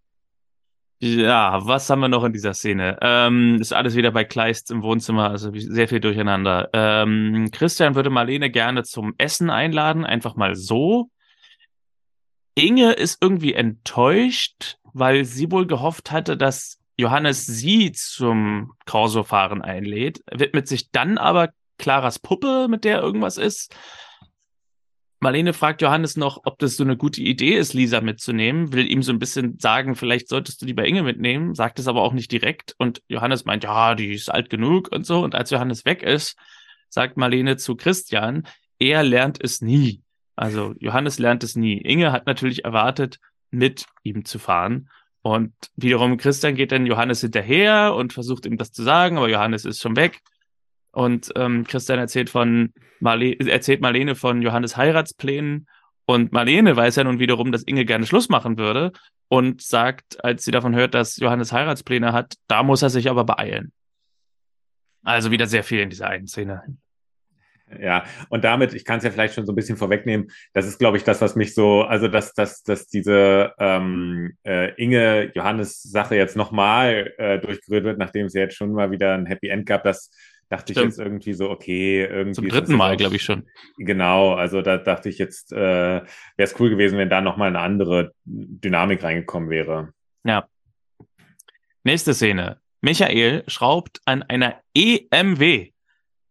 Ja, was haben wir noch in dieser Szene? Ist alles wieder bei Kleist im Wohnzimmer, also sehr viel durcheinander. Christian würde Marlene gerne zum Essen einladen, einfach mal so. Inge ist irgendwie enttäuscht, weil sie wohl gehofft hatte, dass Johannes sie zum Corso-Fahren einlädt, widmet sich dann aber Claras Puppe, mit der irgendwas ist. Marlene fragt Johannes noch, ob das so eine gute Idee ist, Lisa mitzunehmen, will ihm so ein bisschen sagen, vielleicht solltest du lieber Inge mitnehmen, sagt es aber auch nicht direkt und Johannes meint, ja, die ist alt genug und so und als Johannes weg ist, sagt Marlene zu Christian, er lernt es nie. Also Johannes lernt es nie. Inge hat natürlich erwartet, mit ihm zu fahren und wiederum Christian geht dann Johannes hinterher und versucht ihm das zu sagen, aber Johannes ist schon weg. Und Christian erzählt Marlene von Johannes Heiratsplänen und Marlene weiß ja nun wiederum, dass Inge gerne Schluss machen würde und sagt, als sie davon hört, dass Johannes Heiratspläne hat, da muss er sich aber beeilen. Also wieder sehr viel in dieser einen Szene. Ja, und damit, ich kann es ja vielleicht schon so ein bisschen vorwegnehmen, das ist, glaube ich, das, was mich so, also dass diese Inge-Johannes-Sache jetzt nochmal durchgerührt wird, nachdem es ja jetzt schon mal wieder ein Happy End gab, das dachte ich jetzt irgendwie so, okay, irgendwie. Zum 3. Mal, glaube ich schon. Genau, also da dachte ich jetzt, wäre es cool gewesen, wenn da nochmal eine andere Dynamik reingekommen wäre. Ja. Nächste Szene. Michael schraubt an einer EMW.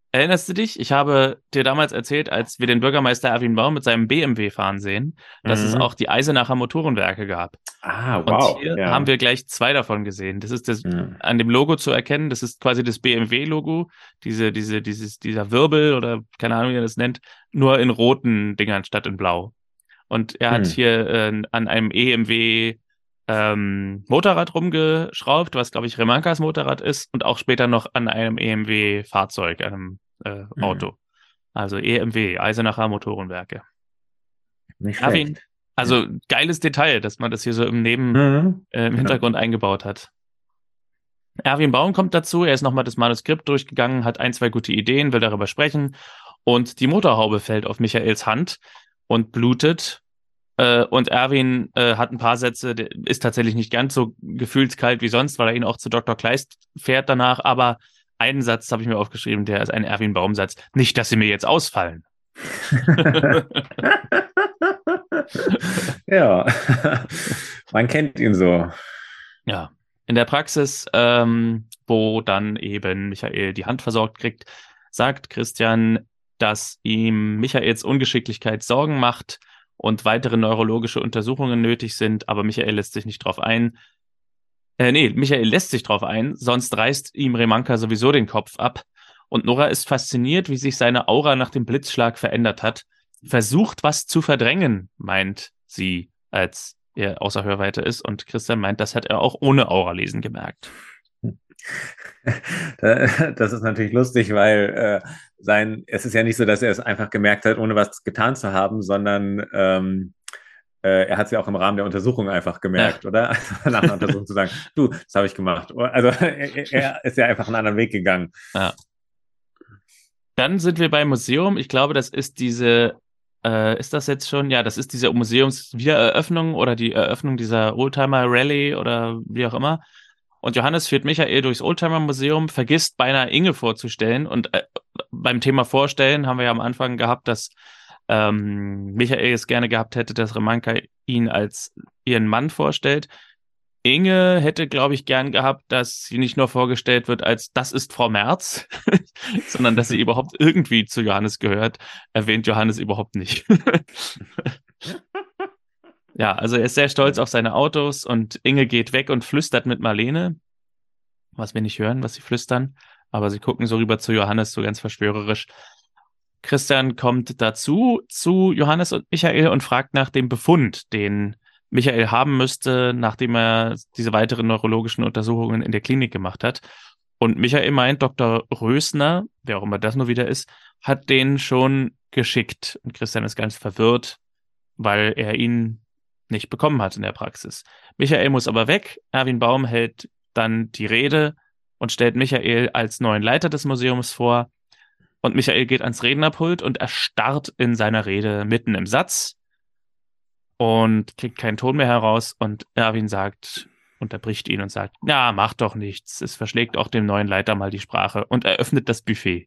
Erinnerst du dich? Ich habe dir damals erzählt, als wir den Bürgermeister Erwin Baum mit seinem BMW fahren sehen, dass es auch Mhm. die Eisenacher Motorenwerke gab. Ah, Und wow, hier haben ja. wir gleich zwei davon gesehen. Das ist das Mhm. an dem Logo zu erkennen. Das ist quasi das BMW-Logo, dieser Wirbel oder keine Ahnung, wie er das nennt, nur in roten Dingern statt in blau. Und er hat Mhm. hier an einem EMW Motorrad rumgeschraubt, was glaube ich Remankas Motorrad ist, und auch später noch an einem EMW-Fahrzeug, einem Mhm. Auto. Also EMW, Eisenacher Motorenwerke. Nicht Erwin, schlecht. Ja. also geiles Detail, dass man das hier so Mhm. im Ja. Hintergrund eingebaut hat. Erwin Baum kommt dazu, er ist nochmal das Manuskript durchgegangen, hat ein, zwei gute Ideen, will darüber sprechen und die Motorhaube fällt auf Michaels Hand und blutet. Und Erwin hat ein paar Sätze, der ist tatsächlich nicht ganz so gefühlskalt wie sonst, weil er ihn auch zu Dr. Kleist fährt danach, aber einen Satz habe ich mir aufgeschrieben, der ist ein Erwin Baum-Satz. Nicht, dass sie mir jetzt ausfallen. Ja, man kennt ihn so. Ja, in der Praxis, wo dann eben Michael die Hand versorgt kriegt, sagt Christian, dass ihm Michaels Ungeschicklichkeit Sorgen macht und weitere neurologische Untersuchungen nötig sind, aber Michael lässt sich nicht drauf ein. Nee, Michael lässt sich drauf ein, sonst reißt ihm Remanka sowieso den Kopf ab. Und Nora ist fasziniert, wie sich seine Aura nach dem Blitzschlag verändert hat. Versucht, was zu verdrängen, meint sie, als er außer Hörweite ist. Und Christian meint, das hat er auch ohne Auralesen gemerkt. Das ist natürlich lustig, weil es ist ja nicht so, dass er es einfach gemerkt hat, ohne was getan zu haben, sondern er hat es ja auch im Rahmen der Untersuchung einfach Ja, gemerkt, oder? Nach einer Untersuchung zu sagen, du, das habe ich gemacht. Also er ist ja einfach einen anderen Weg gegangen. ja. Dann sind wir beim Museum. Ich glaube, das ist ist das jetzt schon? Ja, das ist diese Museumswiedereröffnung oder die Eröffnung dieser Oldtimer Rallye oder wie auch immer. Und Johannes führt Michael durchs Oldtimer Museum, vergisst beinahe Inge vorzustellen. Und beim Thema Vorstellen haben wir ja am Anfang gehabt, dass Michael es gerne gehabt hätte, dass Remanka ihn als ihren Mann vorstellt. Inge hätte, glaube ich, gern gehabt, dass sie nicht nur vorgestellt wird als das ist Frau Merz, sondern dass sie überhaupt irgendwie zu Johannes gehört, erwähnt Johannes überhaupt nicht. Ja, also er ist sehr stolz auf seine Autos und Inge geht weg und flüstert mit Marlene, was wir nicht hören, was sie flüstern, aber sie gucken so rüber zu Johannes, so ganz verschwörerisch. Christian kommt dazu zu Johannes und Michael und fragt nach dem Befund, den Michael haben müsste, nachdem er diese weiteren neurologischen Untersuchungen in der Klinik gemacht hat. Und Michael meint, Dr. Rösner, wer auch immer das nur wieder ist, hat den schon geschickt. Und Christian ist ganz verwirrt, weil er ihn nicht bekommen hat in der Praxis. Michael muss aber weg. Erwin Baum hält dann die Rede und stellt Michael als neuen Leiter des Museums vor. Und Michael geht ans Rednerpult und erstarrt in seiner Rede mitten im Satz und kriegt keinen Ton mehr heraus. Und Erwin unterbricht ihn und sagt, ja, mach doch nichts. Es verschlägt auch dem neuen Leiter mal die Sprache und eröffnet das Buffet.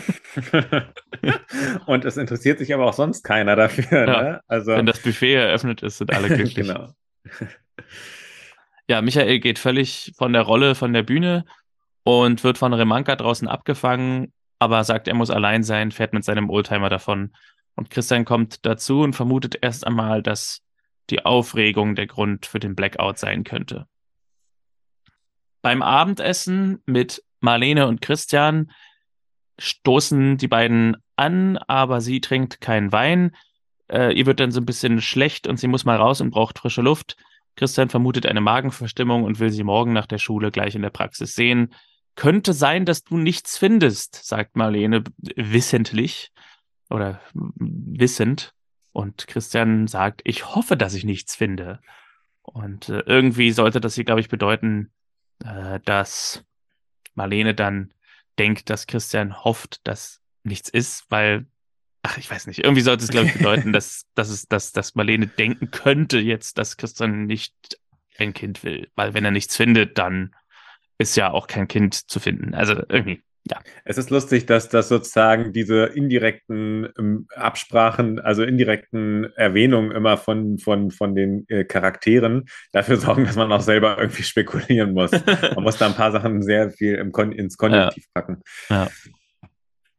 Und es interessiert sich aber auch sonst keiner dafür, Ja, ne? Also, wenn das Buffet eröffnet ist, sind alle glücklich. genau. Ja, Michael geht völlig von der Rolle von der Bühne und wird von Remanka draußen abgefangen, aber sagt, er muss allein sein, fährt mit seinem Oldtimer davon. Und Christian kommt dazu und vermutet erst einmal, dass die Aufregung der Grund für den Blackout sein könnte. Beim Abendessen mit Marlene und Christian stoßen die beiden an, aber sie trinkt keinen Wein. Ihr wird dann so ein bisschen schlecht und sie muss mal raus und braucht frische Luft. Christian vermutet eine Magenverstimmung und will sie morgen nach der Schule gleich in der Praxis sehen. Könnte sein, dass du nichts findest, sagt Marlene wissentlich oder wissend. Und Christian sagt, ich hoffe, dass ich nichts finde. Und irgendwie sollte das hier, glaube ich, bedeuten, dass Marlene dann denkt, dass Christian hofft, dass nichts ist, weil, ach, ich weiß nicht, irgendwie sollte es, glaube ich, bedeuten, dass Marlene denken könnte jetzt, dass Christian nicht ein Kind will, weil wenn er nichts findet, dann ist ja auch kein Kind zu finden. Also irgendwie, ja. Es ist lustig, dass das sozusagen diese indirekten Absprachen, also indirekten Erwähnungen immer von den Charakteren dafür sorgen, dass man auch selber irgendwie spekulieren muss. Man muss da ein paar Sachen sehr viel ins Ja, Konjunktiv packen. ja.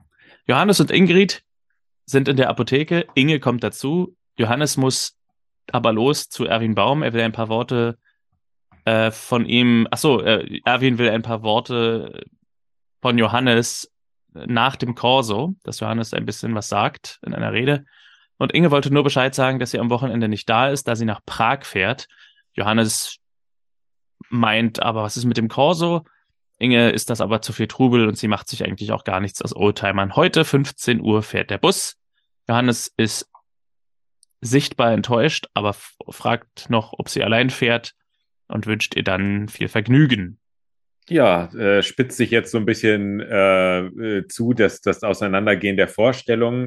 Johannes und Ingrid sind in der Apotheke. Inge kommt dazu. Johannes muss aber los zu Erwin Baum. Er will ein paar Worte von ihm. Erwin will ein paar Worte von Johannes nach dem Corso, dass Johannes ein bisschen was sagt in einer Rede. Und Inge wollte nur Bescheid sagen, dass sie am Wochenende nicht da ist, da sie nach Prag fährt. Johannes meint aber, was ist mit dem Corso? Inge ist das aber zu viel Trubel und sie macht sich eigentlich auch gar nichts aus Oldtimern. Heute 15 Uhr fährt der Bus. Johannes ist sichtbar enttäuscht, aber fragt noch, ob sie allein fährt und wünscht ihr dann viel Vergnügen. Ja, spitzt sich jetzt so ein bisschen zu, das Auseinandergehen der Vorstellung.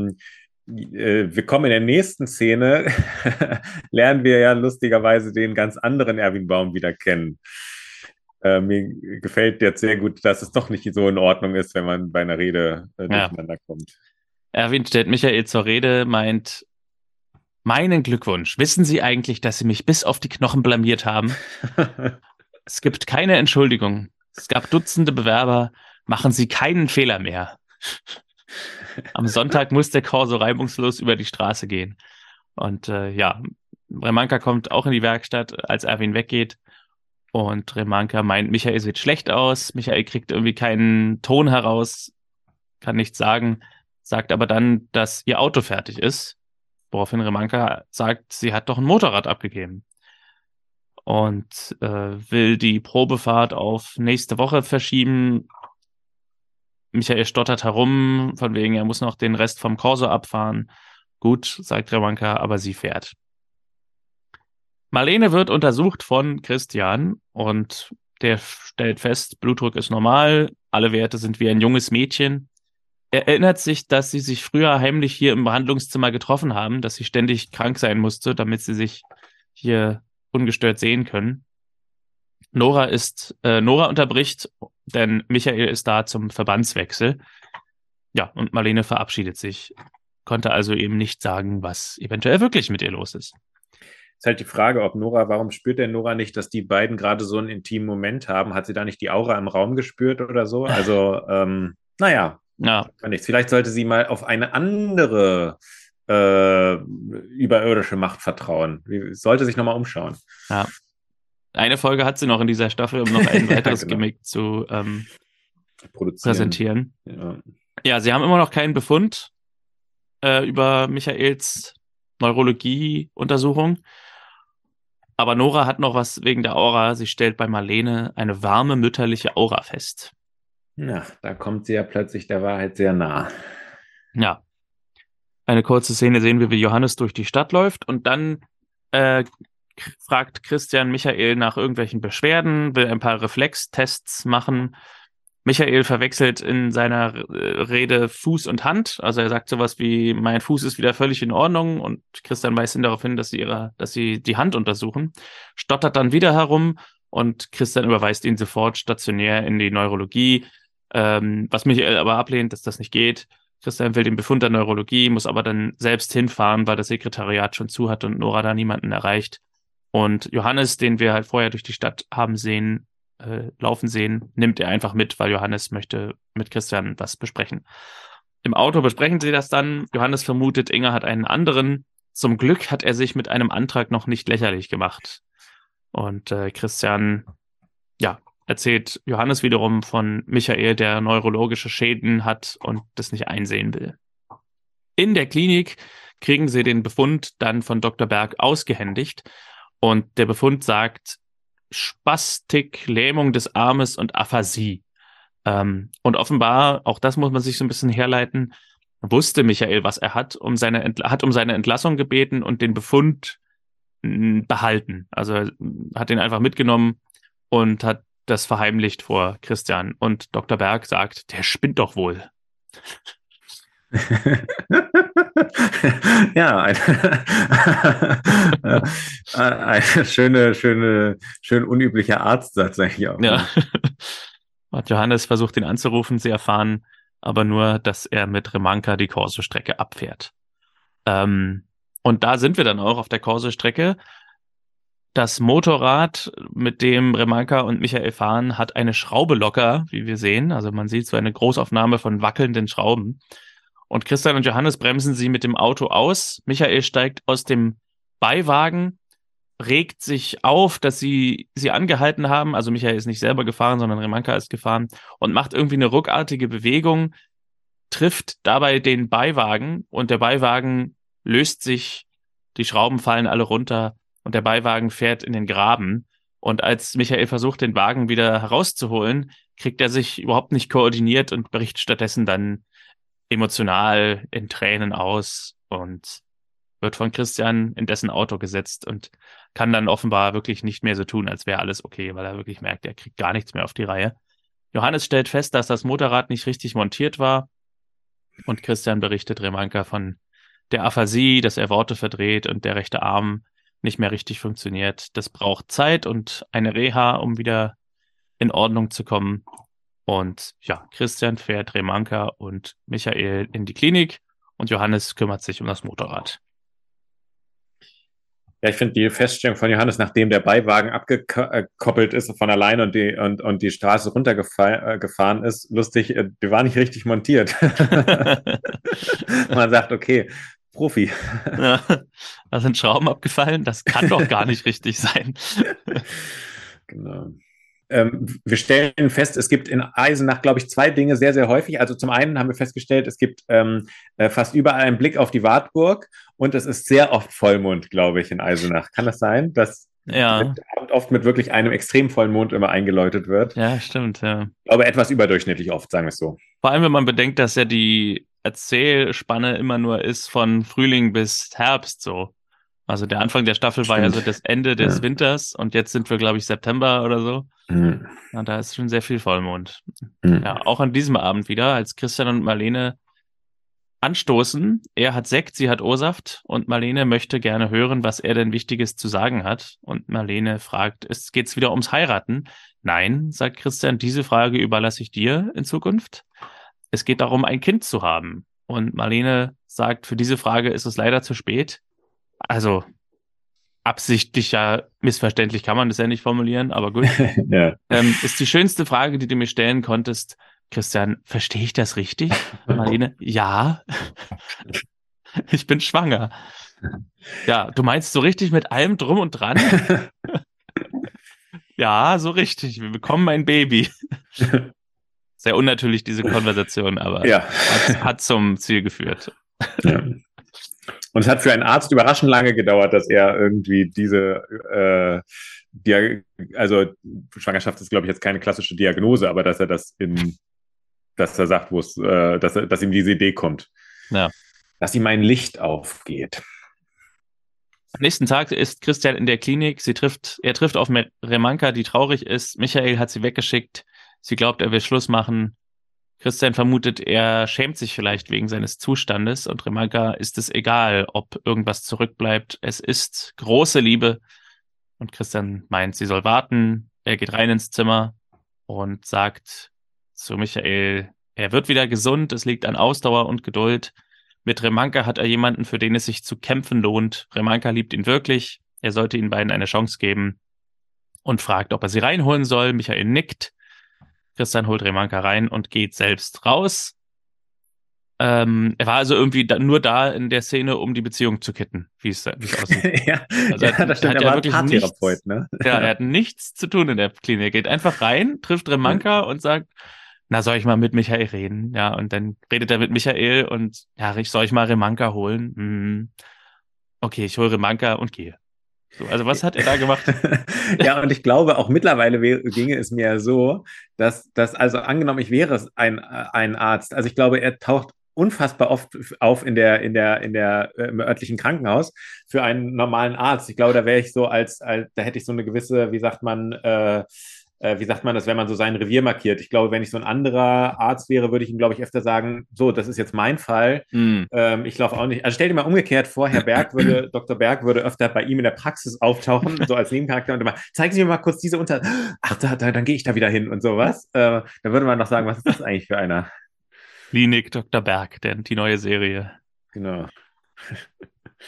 Wir kommen in der nächsten Szene, lernen wir ja lustigerweise den ganz anderen Erwin Baum wieder kennen. Mir gefällt jetzt sehr gut, dass es doch nicht so in Ordnung ist, wenn man bei einer Rede durcheinander kommt. Erwin stellt Michael zur Rede, meint, meinen Glückwunsch. Wissen Sie eigentlich, dass Sie mich bis auf die Knochen blamiert haben? Es gibt keine Entschuldigung. Es gab Dutzende Bewerber. Machen Sie keinen Fehler mehr. Am Sonntag muss der Corso reibungslos über die Straße gehen. Und Remanka kommt auch in die Werkstatt, als Erwin weggeht. Und Remanka meint, Michael sieht schlecht aus. Michael kriegt irgendwie keinen Ton heraus, kann nichts sagen, sagt aber dann, dass ihr Auto fertig ist. Woraufhin Remanka sagt, sie hat doch ein Motorrad abgegeben. Und will die Probefahrt auf nächste Woche verschieben. Michael stottert herum, von wegen, er muss noch den Rest vom Corso abfahren. Gut, sagt Remanka, aber sie fährt. Marlene wird untersucht von Christian und der stellt fest, Blutdruck ist normal, alle Werte sind wie ein junges Mädchen. Er erinnert sich, dass sie sich früher heimlich hier im Behandlungszimmer getroffen haben, dass sie ständig krank sein musste, damit sie sich hier ungestört sehen können. Nora unterbricht, denn Michael ist da zum Verbandswechsel. Ja, und Marlene verabschiedet sich, konnte also eben nicht sagen, was eventuell wirklich mit ihr los ist. Ist halt die Frage, warum spürt denn Nora nicht, dass die beiden gerade so einen intimen Moment haben? Hat sie da nicht die Aura im Raum gespürt oder so? Also, ja. Nichts. Vielleicht sollte sie mal auf eine andere überirdische Macht vertrauen. Sollte sich nochmal umschauen. Ja. Eine Folge hat sie noch in dieser Staffel, um noch ein weiteres genau. Gimmick zu präsentieren. Ja, sie haben immer noch keinen Befund über Michaels Neurologie-Untersuchung. Aber Nora hat noch was wegen der Aura. Sie stellt bei Marlene eine warme mütterliche Aura fest. Ja, da kommt sie ja plötzlich der Wahrheit sehr nah. Ja. Eine kurze Szene sehen wir, wie Johannes durch die Stadt läuft und dann fragt Christian Michael nach irgendwelchen Beschwerden, will ein paar Reflextests machen. Michael verwechselt in seiner Rede Fuß und Hand. Also er sagt sowas wie, mein Fuß ist wieder völlig in Ordnung und Christian weist ihn darauf hin, dass sie die Hand untersuchen. Stottert dann wieder herum und Christian überweist ihn sofort stationär in die Neurologie. Was Michael aber ablehnt, dass das nicht geht. Christian will den Befund der Neurologie, muss aber dann selbst hinfahren, weil das Sekretariat schon zu hat und Nora da niemanden erreicht. Und Johannes, den wir halt vorher durch die Stadt haben laufen sehen, nimmt er einfach mit, weil Johannes möchte mit Christian was besprechen. Im Auto besprechen sie das dann. Johannes vermutet, Inge hat einen anderen. Zum Glück hat er sich mit einem Antrag noch nicht lächerlich gemacht. Und Christian, erzählt Johannes wiederum von Michael, der neurologische Schäden hat und das nicht einsehen will. In der Klinik kriegen sie den Befund dann von Dr. Berg ausgehändigt und der Befund sagt Spastik, Lähmung des Armes und Aphasie. Und offenbar, auch das muss man sich so ein bisschen herleiten, wusste Michael, was er hat, hat um seine Entlassung gebeten und den Befund behalten. Also hat ihn einfach mitgenommen und hat das verheimlicht vor Christian. Und Dr. Berg sagt, der spinnt doch wohl. Ja, ein schön unüblicher Arztsatz eigentlich auch. Ja. Und Johannes versucht ihn anzurufen, sie erfahren aber nur, dass er mit Remanka die Das Motorrad, mit dem Remanka und Michael fahren, hat eine Schraube locker, wie wir sehen. Also man sieht so eine Großaufnahme von wackelnden Schrauben. Und Christian und Johannes bremsen sie mit dem Auto aus. Michael steigt aus dem Beiwagen, regt sich auf, dass sie angehalten haben. Also Michael ist nicht selber gefahren, sondern Remanka ist gefahren und macht irgendwie eine ruckartige Bewegung, trifft dabei den Beiwagen und der Beiwagen löst sich, die Schrauben fallen alle runter und der Beiwagen fährt in den Graben. Und als Michael versucht, den Wagen wieder herauszuholen, kriegt er sich überhaupt nicht koordiniert und bricht stattdessen dann emotional in Tränen aus und wird von Christian in dessen Auto gesetzt und kann dann offenbar wirklich nicht mehr so tun, als wäre alles okay, weil er wirklich merkt, er kriegt gar nichts mehr auf die Reihe. Johannes stellt fest, dass das Motorrad nicht richtig montiert war und Christian berichtet Remanka von der Aphasie, dass er Worte verdreht und der rechte Arm nicht mehr richtig funktioniert. Das braucht Zeit und eine Reha, um wieder in Ordnung zu kommen. Und ja, Christian fährt Remanka und Michael in die Klinik und Johannes kümmert sich um das Motorrad. Ja, ich finde die Feststellung von Johannes, nachdem der Beiwagen abgekoppelt ist von alleine und die Straße runtergefahren ist, lustig. Die war nicht richtig montiert. Man sagt, okay, Profi. Ja, da sind Schrauben abgefallen. Das kann doch gar nicht richtig sein. Genau. Wir stellen fest, es gibt in Eisenach, glaube ich, zwei Dinge sehr, sehr häufig. Also zum einen haben wir festgestellt, es gibt fast überall einen Blick auf die Wartburg und es ist sehr oft Vollmond, glaube ich, in Eisenach. Kann das sein, dass Ja, der Abend oft mit wirklich einem extrem vollen Mond immer eingeläutet wird? ja, stimmt, ja. Ich glaube, etwas überdurchschnittlich oft, sagen wir es so. Vor allem, wenn man bedenkt, dass ja die Erzählspanne immer nur ist von Frühling bis Herbst so. Also der Anfang der Staffel war ja so das Ende des Winters und jetzt sind wir, glaube ich, September oder so. Ja, da ist schon sehr viel Vollmond. Ja, auch an diesem Abend wieder, als Christian und Marlene anstoßen. Er hat Sekt, sie hat O-Saft und Marlene möchte gerne hören, was er denn Wichtiges zu sagen hat. Und Marlene fragt, geht's wieder ums Heiraten? Nein, sagt Christian, diese Frage überlasse ich dir in Zukunft. Es geht darum, ein Kind zu haben. Und Marlene sagt, für diese Frage ist es leider zu spät. Also absichtlich ja missverständlich kann man das ja nicht formulieren, aber gut. Ja. Ist die schönste Frage, die du mir stellen konntest. Christian, verstehe ich das richtig? Marlene, ja. Ich bin schwanger. Ja, du meinst so richtig mit allem drum und dran? Ja, so richtig. Wir bekommen ein Baby. Sehr unnatürlich, diese Konversation, aber Ja. hat zum Ziel geführt. Ja. Und es hat für einen Arzt überraschend lange gedauert, dass er irgendwie also Schwangerschaft ist, glaube ich, jetzt keine klassische Diagnose, aber dass er sagt, dass ihm diese Idee kommt. Ja. Dass ihm ein Licht aufgeht. Am nächsten Tag ist Christian in der Klinik. Er trifft auf Remanka, die traurig ist. Michael hat sie weggeschickt. Sie glaubt, er will Schluss machen. Christian vermutet, er schämt sich vielleicht wegen seines Zustandes und Remanka ist es egal, ob irgendwas zurückbleibt. Es ist große Liebe und Christian meint, sie soll warten. Er geht rein ins Zimmer und sagt zu Michael, er wird wieder gesund, es liegt an Ausdauer und Geduld. Mit Remanka hat er jemanden, für den es sich zu kämpfen lohnt. Remanka liebt ihn wirklich. Er sollte ihnen beiden eine Chance geben und fragt, ob er sie reinholen soll. Michael nickt. Christian holt Remanka rein und geht selbst raus. Er war also irgendwie nur da in der Szene, um die Beziehung zu kitten, wie es aussieht. Ja, Also das stimmt. Er war Paartherapeut, ne? Ja, er hat nichts zu tun in der Klinik. Er geht einfach rein, trifft Remanka und sagt, na, soll ich mal mit Michael reden? Ja, und dann redet er mit Michael und ja, soll ich mal Remanka holen? Okay, ich hole Remanka und gehe. So, also was hat er da gemacht? Ja, und ich glaube, auch mittlerweile ginge es mir so, dass also angenommen, ich wäre ein Arzt, also ich glaube, er taucht unfassbar oft auf im örtlichen Krankenhaus für einen normalen Arzt. Ich glaube, da wäre ich so da hätte ich so eine gewisse, wie sagt man das, wenn man so sein Revier markiert? Ich glaube, wenn ich so ein anderer Arzt wäre, würde ich ihm, glaube ich, öfter sagen, so, das ist jetzt mein Fall. Ich laufe auch nicht. Also stell dir mal umgekehrt vor, Dr. Berg würde öfter bei ihm in der Praxis auftauchen, so als Nebencharakter und immer, zeigen Sie mir mal kurz diese ach, dann gehe ich da wieder hin und sowas. Da würde man noch sagen, was ist das eigentlich für einer? Klinik Dr. Berg, die neue Serie. Genau.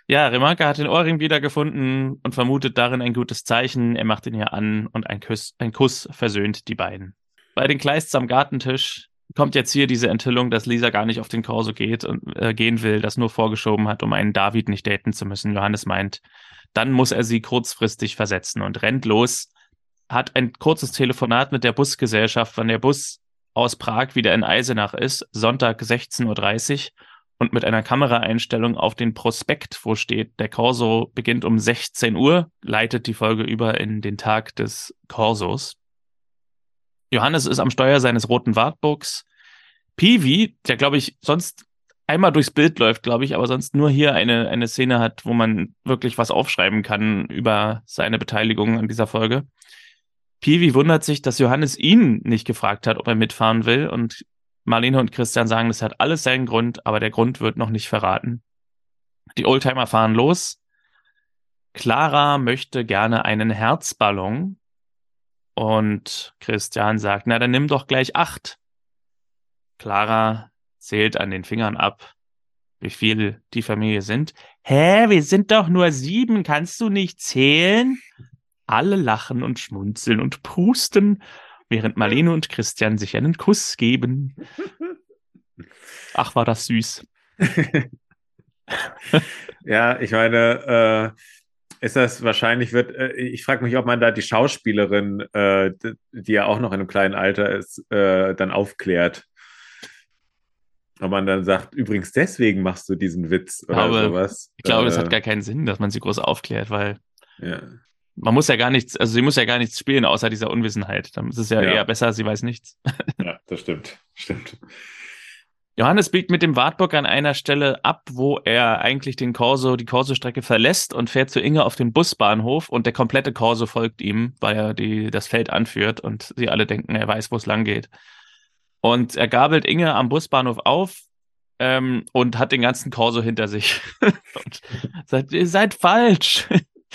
Ja, Remarque hat den Ohrring wiedergefunden und vermutet darin ein gutes Zeichen. Er macht ihn ihr an und ein Kuss versöhnt die beiden. Bei den Kleists am Gartentisch kommt jetzt hier diese Enthüllung, dass Lisa gar nicht auf den Corso geht und gehen will, das nur vorgeschoben hat, um einen David nicht daten zu müssen. Johannes meint, dann muss er sie kurzfristig versetzen und rennt los, hat ein kurzes Telefonat mit der Busgesellschaft, wann der Bus aus Prag wieder in Eisenach ist, Sonntag 16:30 Uhr. Und mit einer Kameraeinstellung auf den Prospekt, wo steht, der Corso beginnt um 16 Uhr, leitet die Folge über in den Tag des Corsos. Johannes ist am Steuer seines roten Wartburgs. Peevy, der, glaube ich, sonst einmal durchs Bild läuft, glaube ich, aber sonst nur hier eine Szene hat, wo man wirklich was aufschreiben kann über seine Beteiligung an dieser Folge. Peevy wundert sich, dass Johannes ihn nicht gefragt hat, ob er mitfahren will, und Marlene und Christian sagen, das hat alles seinen Grund, aber der Grund wird noch nicht verraten. Die Oldtimer fahren los. Clara möchte gerne einen Herzballon. Und Christian sagt, na, dann nimm doch gleich 8. Clara zählt an den Fingern ab, wie viel die Familie sind. Hä, wir sind doch nur 7, kannst du nicht zählen? Alle lachen und schmunzeln und pusten, während Marlene und Christian sich einen Kuss geben. Ach, war das süß. Ja, ich meine, ist das wahrscheinlich, ich frage mich, ob man da die Schauspielerin, die ja auch noch in einem kleinen Alter ist, dann aufklärt. Ob man dann sagt, übrigens deswegen machst du diesen Witz oder sowas. Ich glaube, das hat gar keinen Sinn, dass man sie groß aufklärt, weil ja. Man muss ja gar nichts, also sie muss ja gar nichts spielen, außer dieser Unwissenheit. Dann ist es ja eher besser, sie weiß nichts. Ja, das stimmt. Johannes biegt mit dem Wartburg an einer Stelle ab, wo er eigentlich die Corso-Strecke verlässt und fährt zu Inge auf den Busbahnhof, und der komplette Corso folgt ihm, weil er das Feld anführt und sie alle denken, er weiß, wo es lang geht. Und er gabelt Inge am Busbahnhof auf und hat den ganzen Corso hinter sich. Und sagt, ihr seid falsch.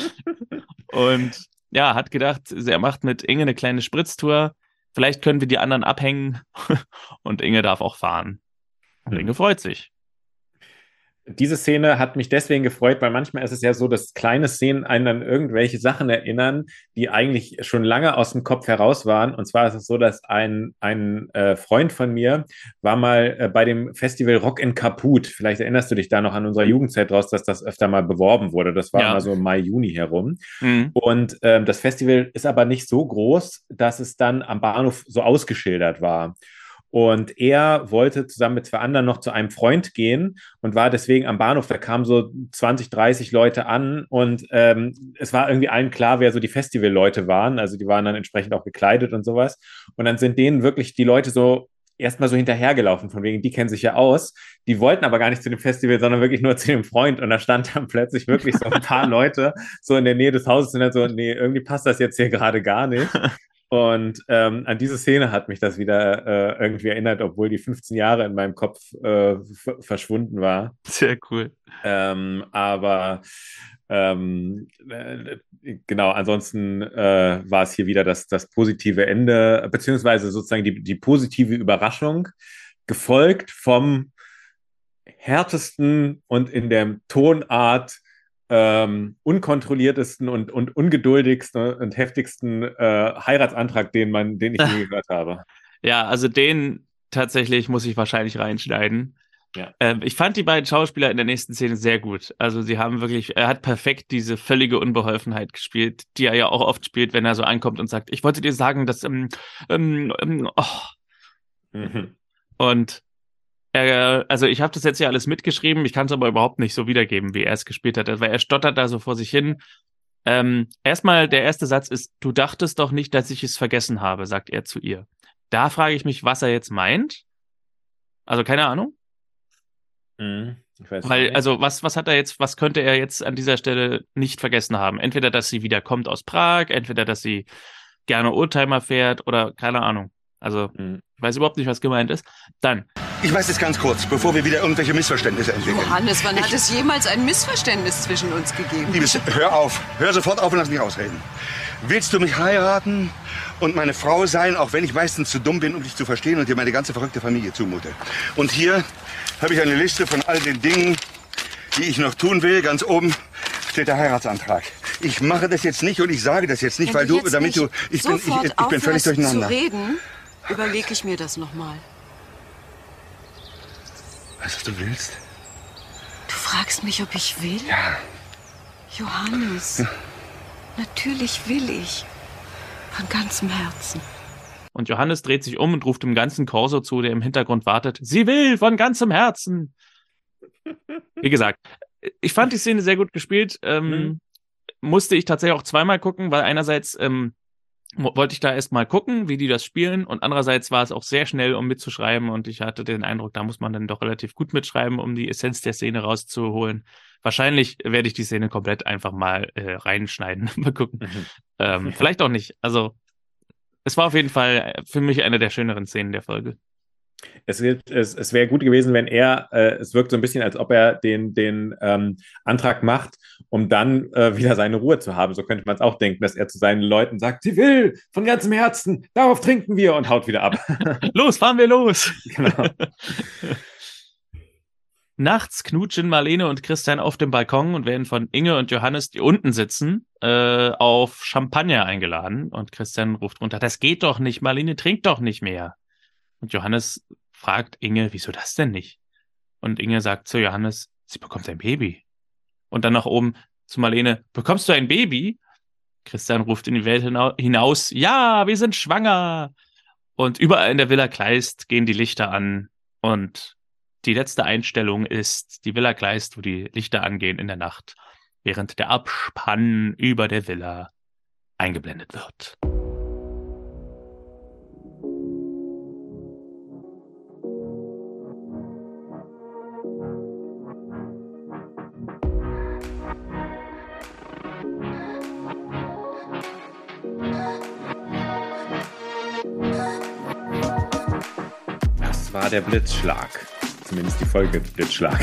Und ja, hat gedacht, er macht mit Inge eine kleine Spritztour. Vielleicht können wir die anderen abhängen und Inge darf auch fahren. Und Inge freut sich. Diese Szene hat mich deswegen gefreut, weil manchmal ist es ja so, dass kleine Szenen einen an irgendwelche Sachen erinnern, die eigentlich schon lange aus dem Kopf heraus waren. Und zwar ist es so, dass ein Freund von mir war mal bei dem Festival Rock in Kaput. Vielleicht erinnerst du dich da noch an unserer Jugendzeit draus, dass das öfter mal beworben wurde. Das war immer so Mai, Juni herum. Mhm. Und das Festival ist aber nicht so groß, dass es dann am Bahnhof so ausgeschildert war. Und er wollte zusammen mit 2 anderen noch zu einem Freund gehen und war deswegen am Bahnhof. Da kamen so 20, 30 Leute an, und es war irgendwie allen klar, wer so die Festivalleute waren. Also die waren dann entsprechend auch gekleidet und sowas. Und dann sind denen wirklich die Leute so erstmal so hinterhergelaufen, von wegen, die kennen sich ja aus. Die wollten aber gar nicht zu dem Festival, sondern wirklich nur zu dem Freund. Und da stand dann plötzlich wirklich so ein paar Leute so in der Nähe des Hauses und dann so, nee, irgendwie passt das jetzt hier gerade gar nicht. Und an diese Szene hat mich das wieder irgendwie erinnert, obwohl die 15 Jahre in meinem Kopf verschwunden war. Sehr cool. Aber genau, ansonsten war es hier wieder das positive Ende, beziehungsweise sozusagen die positive Überraschung, gefolgt vom härtesten und in der Tonart unkontrolliertesten und ungeduldigsten und heftigsten Heiratsantrag, den ich je gehört habe. Ja, also den tatsächlich muss ich wahrscheinlich reinschneiden. Ja. Ich fand die beiden Schauspieler in der nächsten Szene sehr gut. Also sie haben wirklich, er hat perfekt diese völlige Unbeholfenheit gespielt, die er ja auch oft spielt, wenn er so ankommt und sagt, ich wollte dir sagen, dass Und also ich habe das jetzt ja alles mitgeschrieben, ich kann es aber überhaupt nicht so wiedergeben, wie er es gespielt hat, weil er stottert da so vor sich hin. Erstmal, der erste Satz ist, du dachtest doch nicht, dass ich es vergessen habe, sagt er zu ihr. Da frage ich mich, was er jetzt meint. Also keine Ahnung. Ich weiß Weil, nicht. also was könnte er jetzt an dieser Stelle nicht vergessen haben? Entweder, dass sie wieder kommt aus Prag, entweder, dass sie gerne Oldtimer fährt oder keine Ahnung. Also, ich weiß überhaupt nicht, was gemeint ist. Dann. Ich weiß jetzt ganz kurz, bevor wir wieder irgendwelche Missverständnisse entwickeln. Johannes, wann hat es jemals ein Missverständnis zwischen uns gegeben? Liebes, hör auf. Hör sofort auf und lass mich ausreden. Willst du mich heiraten und meine Frau sein, auch wenn ich meistens zu dumm bin, um dich zu verstehen und dir meine ganze verrückte Familie zumute? Und hier habe ich eine Liste von all den Dingen, die ich noch tun will. Ganz oben steht der Heiratsantrag. Ich mache das jetzt nicht und ich sage das jetzt nicht, Wenn weil du damit du, ich bin völlig durcheinander. Zu reden, überlege ich mir das nochmal. Was du willst? Du fragst mich, ob ich will? Ja. Johannes, Ja. Natürlich will ich. Von ganzem Herzen. Und Johannes dreht sich um und ruft dem ganzen Korso zu, der im Hintergrund wartet. Sie will von ganzem Herzen. Wie gesagt, ich fand die Szene sehr gut gespielt. Musste ich tatsächlich auch zweimal gucken, weil einerseits wollte ich da erst mal gucken, wie die das spielen, und andererseits war es auch sehr schnell, um mitzuschreiben, und ich hatte den Eindruck, da muss man dann doch relativ gut mitschreiben, um die Essenz der Szene rauszuholen. Wahrscheinlich werde ich die Szene komplett einfach mal reinschneiden. Mal gucken. Vielleicht auch nicht. Also es war auf jeden Fall für mich eine der schöneren Szenen der Folge. Es wäre gut gewesen, wenn es wirkt so ein bisschen, als ob er den Antrag macht, um dann wieder seine Ruhe zu haben. So könnte man es auch denken, dass er zu seinen Leuten sagt, sie will von ganzem Herzen, darauf trinken wir, und haut wieder ab. Los, fahren wir los! Genau. Nachts knutschen Marlene und Christian auf dem Balkon und werden von Inge und Johannes, die unten sitzen, auf Champagner eingeladen. Und Christian ruft runter, das geht doch nicht, Marlene trinkt doch nicht mehr. Und Johannes fragt Inge, wieso das denn nicht? Und Inge sagt zu Johannes, sie bekommt ein Baby. Und dann nach oben zu Marlene, bekommst du ein Baby? Christian ruft in die Welt hinaus, ja, wir sind schwanger. Und überall in der Villa Kleist gehen die Lichter an. Und die letzte Einstellung ist die Villa Kleist, wo die Lichter angehen in der Nacht, während der Abspann über der Villa eingeblendet wird. Das war der Blitzschlag. Zumindest die Folge Blitzschlag.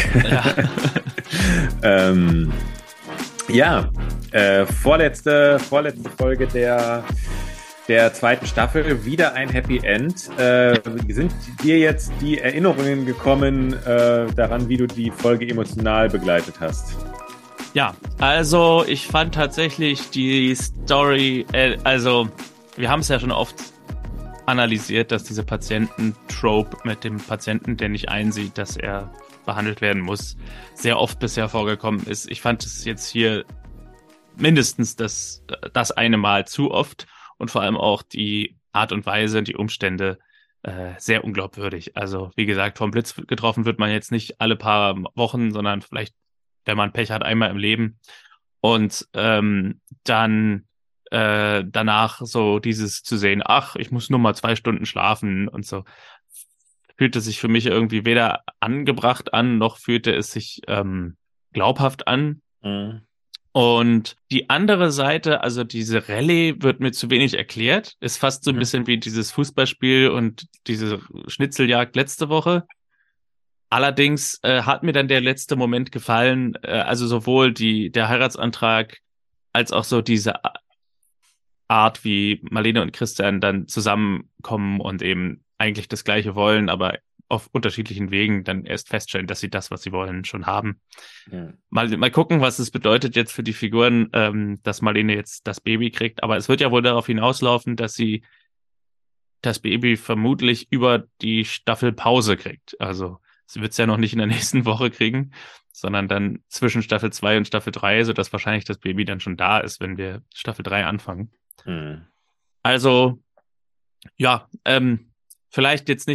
Ja. Vorletzte Folge der zweiten Staffel. Wieder ein Happy End. Sind dir jetzt die Erinnerungen gekommen daran, wie du die Folge emotional begleitet hast? Ja, also ich fand tatsächlich die Story, also wir haben es ja schon oft analysiert, dass diese Patienten-Trope mit dem Patienten, der nicht einsieht, dass er behandelt werden muss, sehr oft bisher vorgekommen ist. Ich fand es jetzt hier mindestens das eine Mal zu oft und vor allem auch die Art und Weise und die Umstände sehr unglaubwürdig. Also wie gesagt, vom Blitz getroffen wird man jetzt nicht alle paar Wochen, sondern vielleicht, wenn man Pech hat, einmal im Leben. Und dann danach so dieses zu sehen, ach, ich muss nur mal 2 Stunden schlafen und so, fühlte sich für mich irgendwie weder angebracht an, noch fühlte es sich glaubhaft an. Mhm. Und die andere Seite, also diese Rallye, wird mir zu wenig erklärt. Ist fast so ein bisschen wie dieses Fußballspiel und diese Schnitzeljagd letzte Woche. Allerdings hat mir dann der letzte Moment gefallen, also sowohl der Heiratsantrag als auch so diese Art, wie Marlene und Christian dann zusammenkommen und eben eigentlich das Gleiche wollen, aber auf unterschiedlichen Wegen dann erst feststellen, dass sie das, was sie wollen, schon haben. Ja. Mal gucken, was es bedeutet jetzt für die Figuren, dass Marlene jetzt das Baby kriegt. Aber es wird ja wohl darauf hinauslaufen, dass sie das Baby vermutlich über die Staffelpause kriegt. Also sie wird es ja noch nicht in der nächsten Woche kriegen, sondern dann zwischen Staffel 2 und Staffel 3, sodass wahrscheinlich das Baby dann schon da ist, wenn wir Staffel 3 anfangen. Mhm. Also, ja, vielleicht jetzt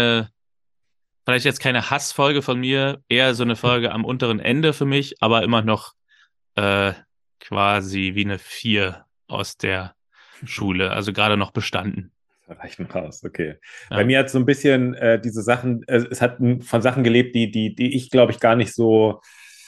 keine Hassfolge von mir, eher so eine Folge am unteren Ende für mich, aber immer noch quasi wie eine 4 aus der Schule, also gerade noch bestanden. Das reicht noch raus, okay. Ja. Bei mir hat so ein bisschen diese Sachen, es hat von Sachen gelebt, die ich, glaube ich, gar nicht so,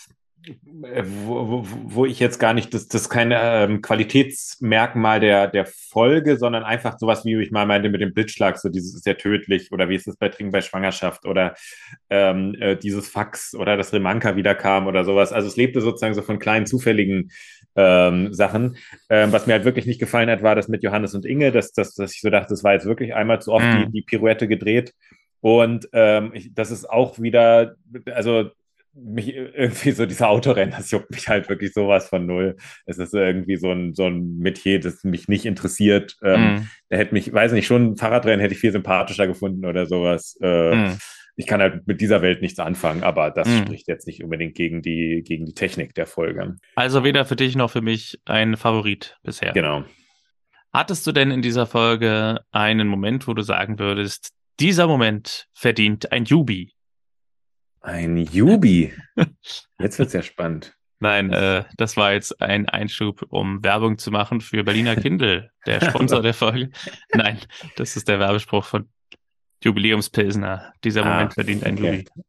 wo ich jetzt gar nicht, das ist kein Qualitätsmerkmal der Folge, sondern einfach sowas, wie ich mal meinte mit dem Blitzschlag, so dieses ist sehr tödlich, oder wie ist es bei Trinken bei Schwangerschaft, oder dieses Fax oder das Remanka wiederkam oder sowas. Also es lebte sozusagen so von kleinen zufälligen Sachen. Was mir halt wirklich nicht gefallen hat, war das mit Johannes und Inge, dass ich so dachte, das war jetzt wirklich einmal zu oft die Pirouette gedreht. Und das ist auch wieder, also mich irgendwie so diese Autorennen, das juckt mich halt wirklich sowas von null. Es ist irgendwie so ein Metier, das mich nicht interessiert. Mm, Da hätte mich, weiß nicht, schon ein Fahrradrennen hätte ich viel sympathischer gefunden oder sowas. mm. Ich kann halt mit dieser Welt nichts anfangen, aber das Mm. spricht jetzt nicht unbedingt gegen die Technik der Folge. Also weder für dich noch für mich ein Favorit bisher. Genau. Hattest du denn in dieser Folge einen Moment, wo du sagen würdest, dieser Moment verdient ein Jubi? Ein Jubi. Jetzt wird's ja spannend. Nein, das war jetzt ein Einschub, um Werbung zu machen für Berliner Kindle, der Sponsor der Folge. Nein, das ist der Werbespruch von Jubiläumspilsner. Dieser Moment verdient ein okay. Jubi.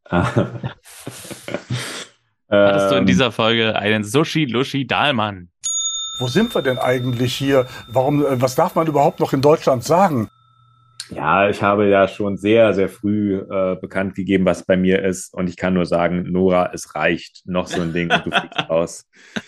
Hattest du in dieser Folge einen Sushi-Lushi-Dahlmann? Wo sind wir denn eigentlich hier? Was darf man überhaupt noch in Deutschland sagen? Ja, ich habe ja schon sehr, sehr früh bekannt gegeben, was bei mir ist. Und ich kann nur sagen, Nora, es reicht. Noch so ein Ding und du fliegst raus.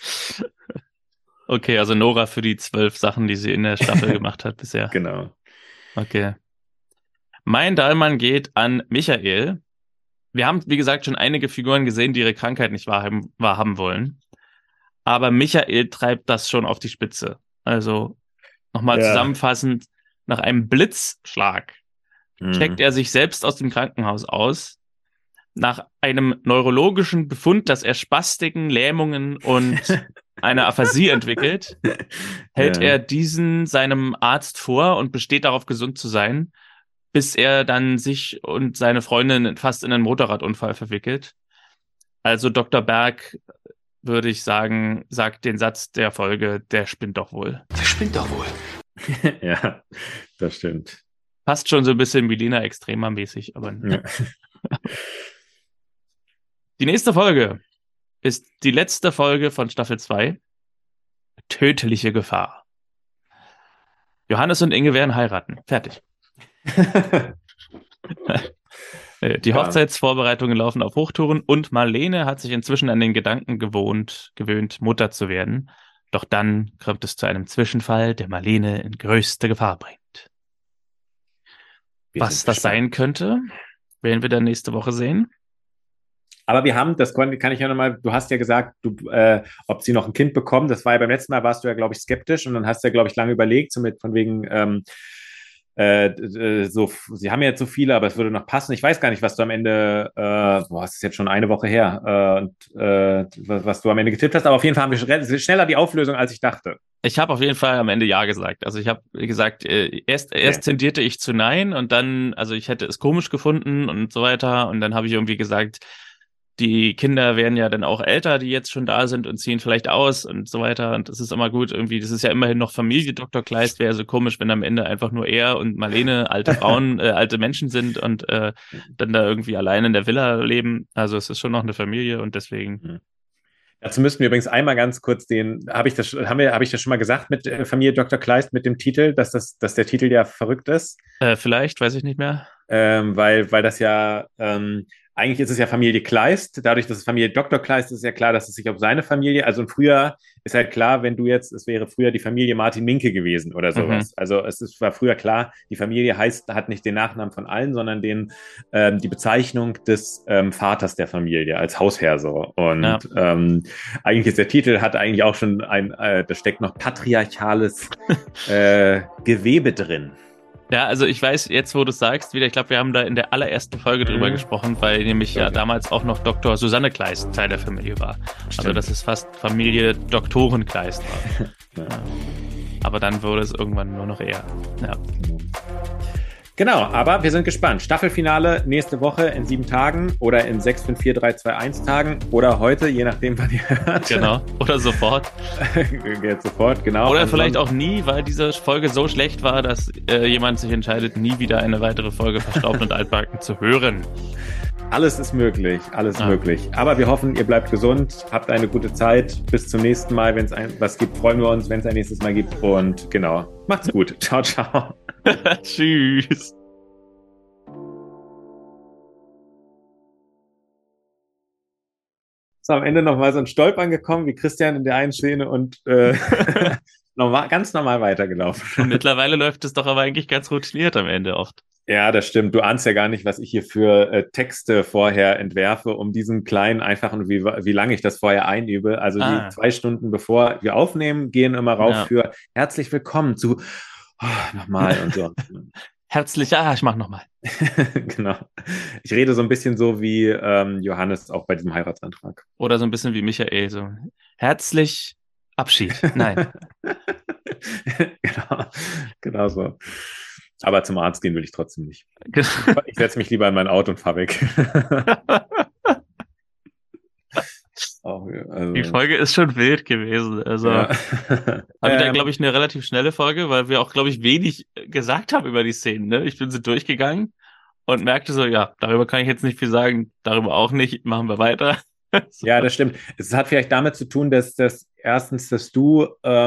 Okay, also Nora für die 12 Sachen, die sie in der Staffel gemacht hat bisher. Genau. Okay. Mein Dahlmann geht an Michael. Wir haben, wie gesagt, schon einige Figuren gesehen, die ihre Krankheit nicht wahrhaben wollen. Aber Michael treibt das schon auf die Spitze. Also nochmal zusammenfassend, nach einem Blitzschlag checkt er sich selbst aus dem Krankenhaus aus. Nach einem neurologischen Befund, dass er Spastiken, Lähmungen und eine Aphasie entwickelt, hält er diesen seinem Arzt vor und besteht darauf, gesund zu sein, bis er dann sich und seine Freundin fast in einen Motorradunfall verwickelt. Also Dr. Berg, würde ich sagen, sagt den Satz der Folge, der spinnt doch wohl. Der spinnt doch wohl. Ja, das stimmt. Passt schon so ein bisschen Milena Extrema mäßig, aber Ja. Die nächste Folge ist die letzte Folge von Staffel 2. Tödliche Gefahr. Johannes und Inge werden heiraten. Fertig. Die Hochzeitsvorbereitungen laufen auf Hochtouren und Marlene hat sich inzwischen an den Gedanken gewöhnt, Mutter zu werden. Doch dann kommt es zu einem Zwischenfall, der Marlene in größte Gefahr bringt. Was das sein könnte, werden wir dann nächste Woche sehen. Aber wir haben, das kann ich ja nochmal, du hast ja gesagt, ob sie noch ein Kind bekommen. Das war ja beim letzten Mal, warst du ja, glaube ich, skeptisch und dann hast du ja, glaube ich, lange überlegt, so von wegen, sie haben ja jetzt so viele, aber es würde noch passen. Ich weiß gar nicht, was du am Ende, es ist jetzt schon eine Woche her, was du am Ende getippt hast, aber auf jeden Fall haben wir schneller die Auflösung, als ich dachte. Ich habe auf jeden Fall am Ende Ja gesagt. Also ich habe gesagt, erst tendierte ich zu Nein und dann, also ich hätte es komisch gefunden und so weiter und dann habe ich irgendwie gesagt, die Kinder werden ja dann auch älter, die jetzt schon da sind und ziehen vielleicht aus und so weiter. Und das ist immer gut. Irgendwie, das ist ja immerhin noch Familie. Dr. Kleist wäre so komisch, wenn am Ende einfach nur er und Marlene alte Frauen, alte Menschen sind und dann da irgendwie allein in der Villa leben. Also es ist schon noch eine Familie und deswegen. Dazu müssten wir übrigens einmal ganz kurz habe ich das schon mal gesagt mit Familie Dr. Kleist mit dem Titel, dass der Titel ja verrückt ist? Vielleicht, weiß ich nicht mehr. Weil das ja, eigentlich ist es ja Familie Kleist. Dadurch, dass es Familie Dr. Kleist ist, ist ja klar, dass es sich um seine Familie, also früher ist halt klar, es wäre früher die Familie Martin Minke gewesen oder sowas. Mhm. Also war früher klar, die Familie hat nicht den Nachnamen von allen, sondern die Bezeichnung des Vaters der Familie als Hausherr so. Und eigentlich ist der Titel, hat eigentlich auch schon da steckt noch patriarchales Gewebe drin. Ja, also ich weiß jetzt, wo du es sagst, wieder, ich glaube, wir haben da in der allerersten Folge drüber gesprochen, weil nämlich ja damals auch noch Dr. Susanne Kleist Teil der Familie war. Stimmt. Also dass es fast Familie Doktoren Kleist war. Ja. Aber dann wurde es irgendwann nur noch er. Ja. Genau, aber wir sind gespannt. Staffelfinale nächste Woche in 7 Tagen oder in 6, 5, 4, 3, 2, 1 Tagen oder heute, je nachdem, wann ihr hört. Genau, oder sofort. Jetzt sofort, genau. Oder vielleicht auch nie, weil diese Folge so schlecht war, dass jemand sich entscheidet, nie wieder eine weitere Folge Verstaubt und Altbacken zu hören. Alles ist möglich, möglich. Aber wir hoffen, ihr bleibt gesund, habt eine gute Zeit. Bis zum nächsten Mal. Wenn es was gibt, freuen wir uns, wenn es ein nächstes Mal gibt. Und genau, macht's gut. Ciao, ciao. Tschüss. Ist am Ende nochmal so ein Stolpern gekommen, wie Christian in der einen Szene und ganz normal weitergelaufen. Und mittlerweile läuft es doch aber eigentlich ganz routiniert am Ende oft. Ja, das stimmt. Du ahnst ja gar nicht, was ich hier für Texte vorher entwerfe, um diesen kleinen, einfachen, wie lange ich das vorher einübe. Also die 2 Stunden, bevor wir aufnehmen, gehen immer rauf für herzlich willkommen zu nochmal und so. Ich mach nochmal. Genau. Ich rede so ein bisschen so wie Johannes auch bei diesem Heiratsantrag. Oder so ein bisschen wie Michael, so herzlich Abschied. Nein. Genau so. Aber zum Arzt gehen will ich trotzdem nicht. Ich setze mich lieber in mein Auto und fahre weg. Die Folge ist schon wild gewesen. Also wieder, glaube ich, eine relativ schnelle Folge, weil wir auch, glaube ich, wenig gesagt haben über die Szenen. Ne? Ich bin so durchgegangen und merkte so, ja, darüber kann ich jetzt nicht viel sagen, darüber auch nicht, machen wir weiter. So. Ja, das stimmt. Es hat vielleicht damit zu tun, dass du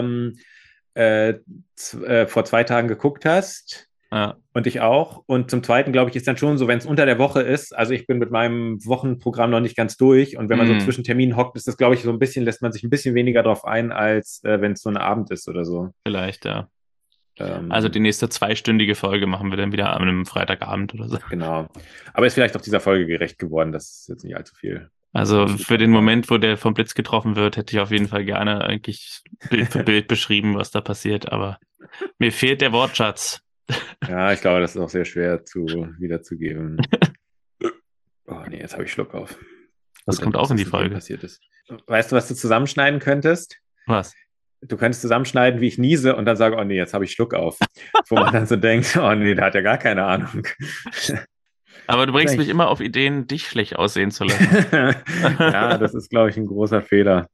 vor 2 Tagen geguckt hast. Ja. Und ich auch. Und zum Zweiten, glaube ich, ist dann schon so, wenn es unter der Woche ist, also ich bin mit meinem Wochenprogramm noch nicht ganz durch und wenn man so zwischen Terminen hockt, ist das, glaube ich, so ein bisschen, lässt man sich ein bisschen weniger drauf ein, als wenn es so ein Abend ist oder so. Vielleicht, ja. Also die nächste 2-stündige Folge machen wir dann wieder an einem Freitagabend oder so. Genau. Aber ist vielleicht auch dieser Folge gerecht geworden, das ist jetzt nicht allzu viel. Also für den Moment, wo der vom Blitz getroffen wird, hätte ich auf jeden Fall gerne eigentlich Bild für Bild beschrieben, was da passiert, aber mir fehlt der Wortschatz. Ja, ich glaube, das ist auch sehr schwer wiederzugeben. Oh nee, jetzt habe ich Schluck auf. Das kommt auch in die Folge. Passiert ist. Weißt du, was du zusammenschneiden könntest? Was? Du könntest zusammenschneiden, wie ich niese und dann sage, oh nee, jetzt habe ich Schluck auf. Wo man dann so denkt, oh nee, der hat ja gar keine Ahnung. Aber du bringst mich immer auf Ideen, dich schlecht aussehen zu lassen. Ja, das ist, glaube ich, ein großer Fehler.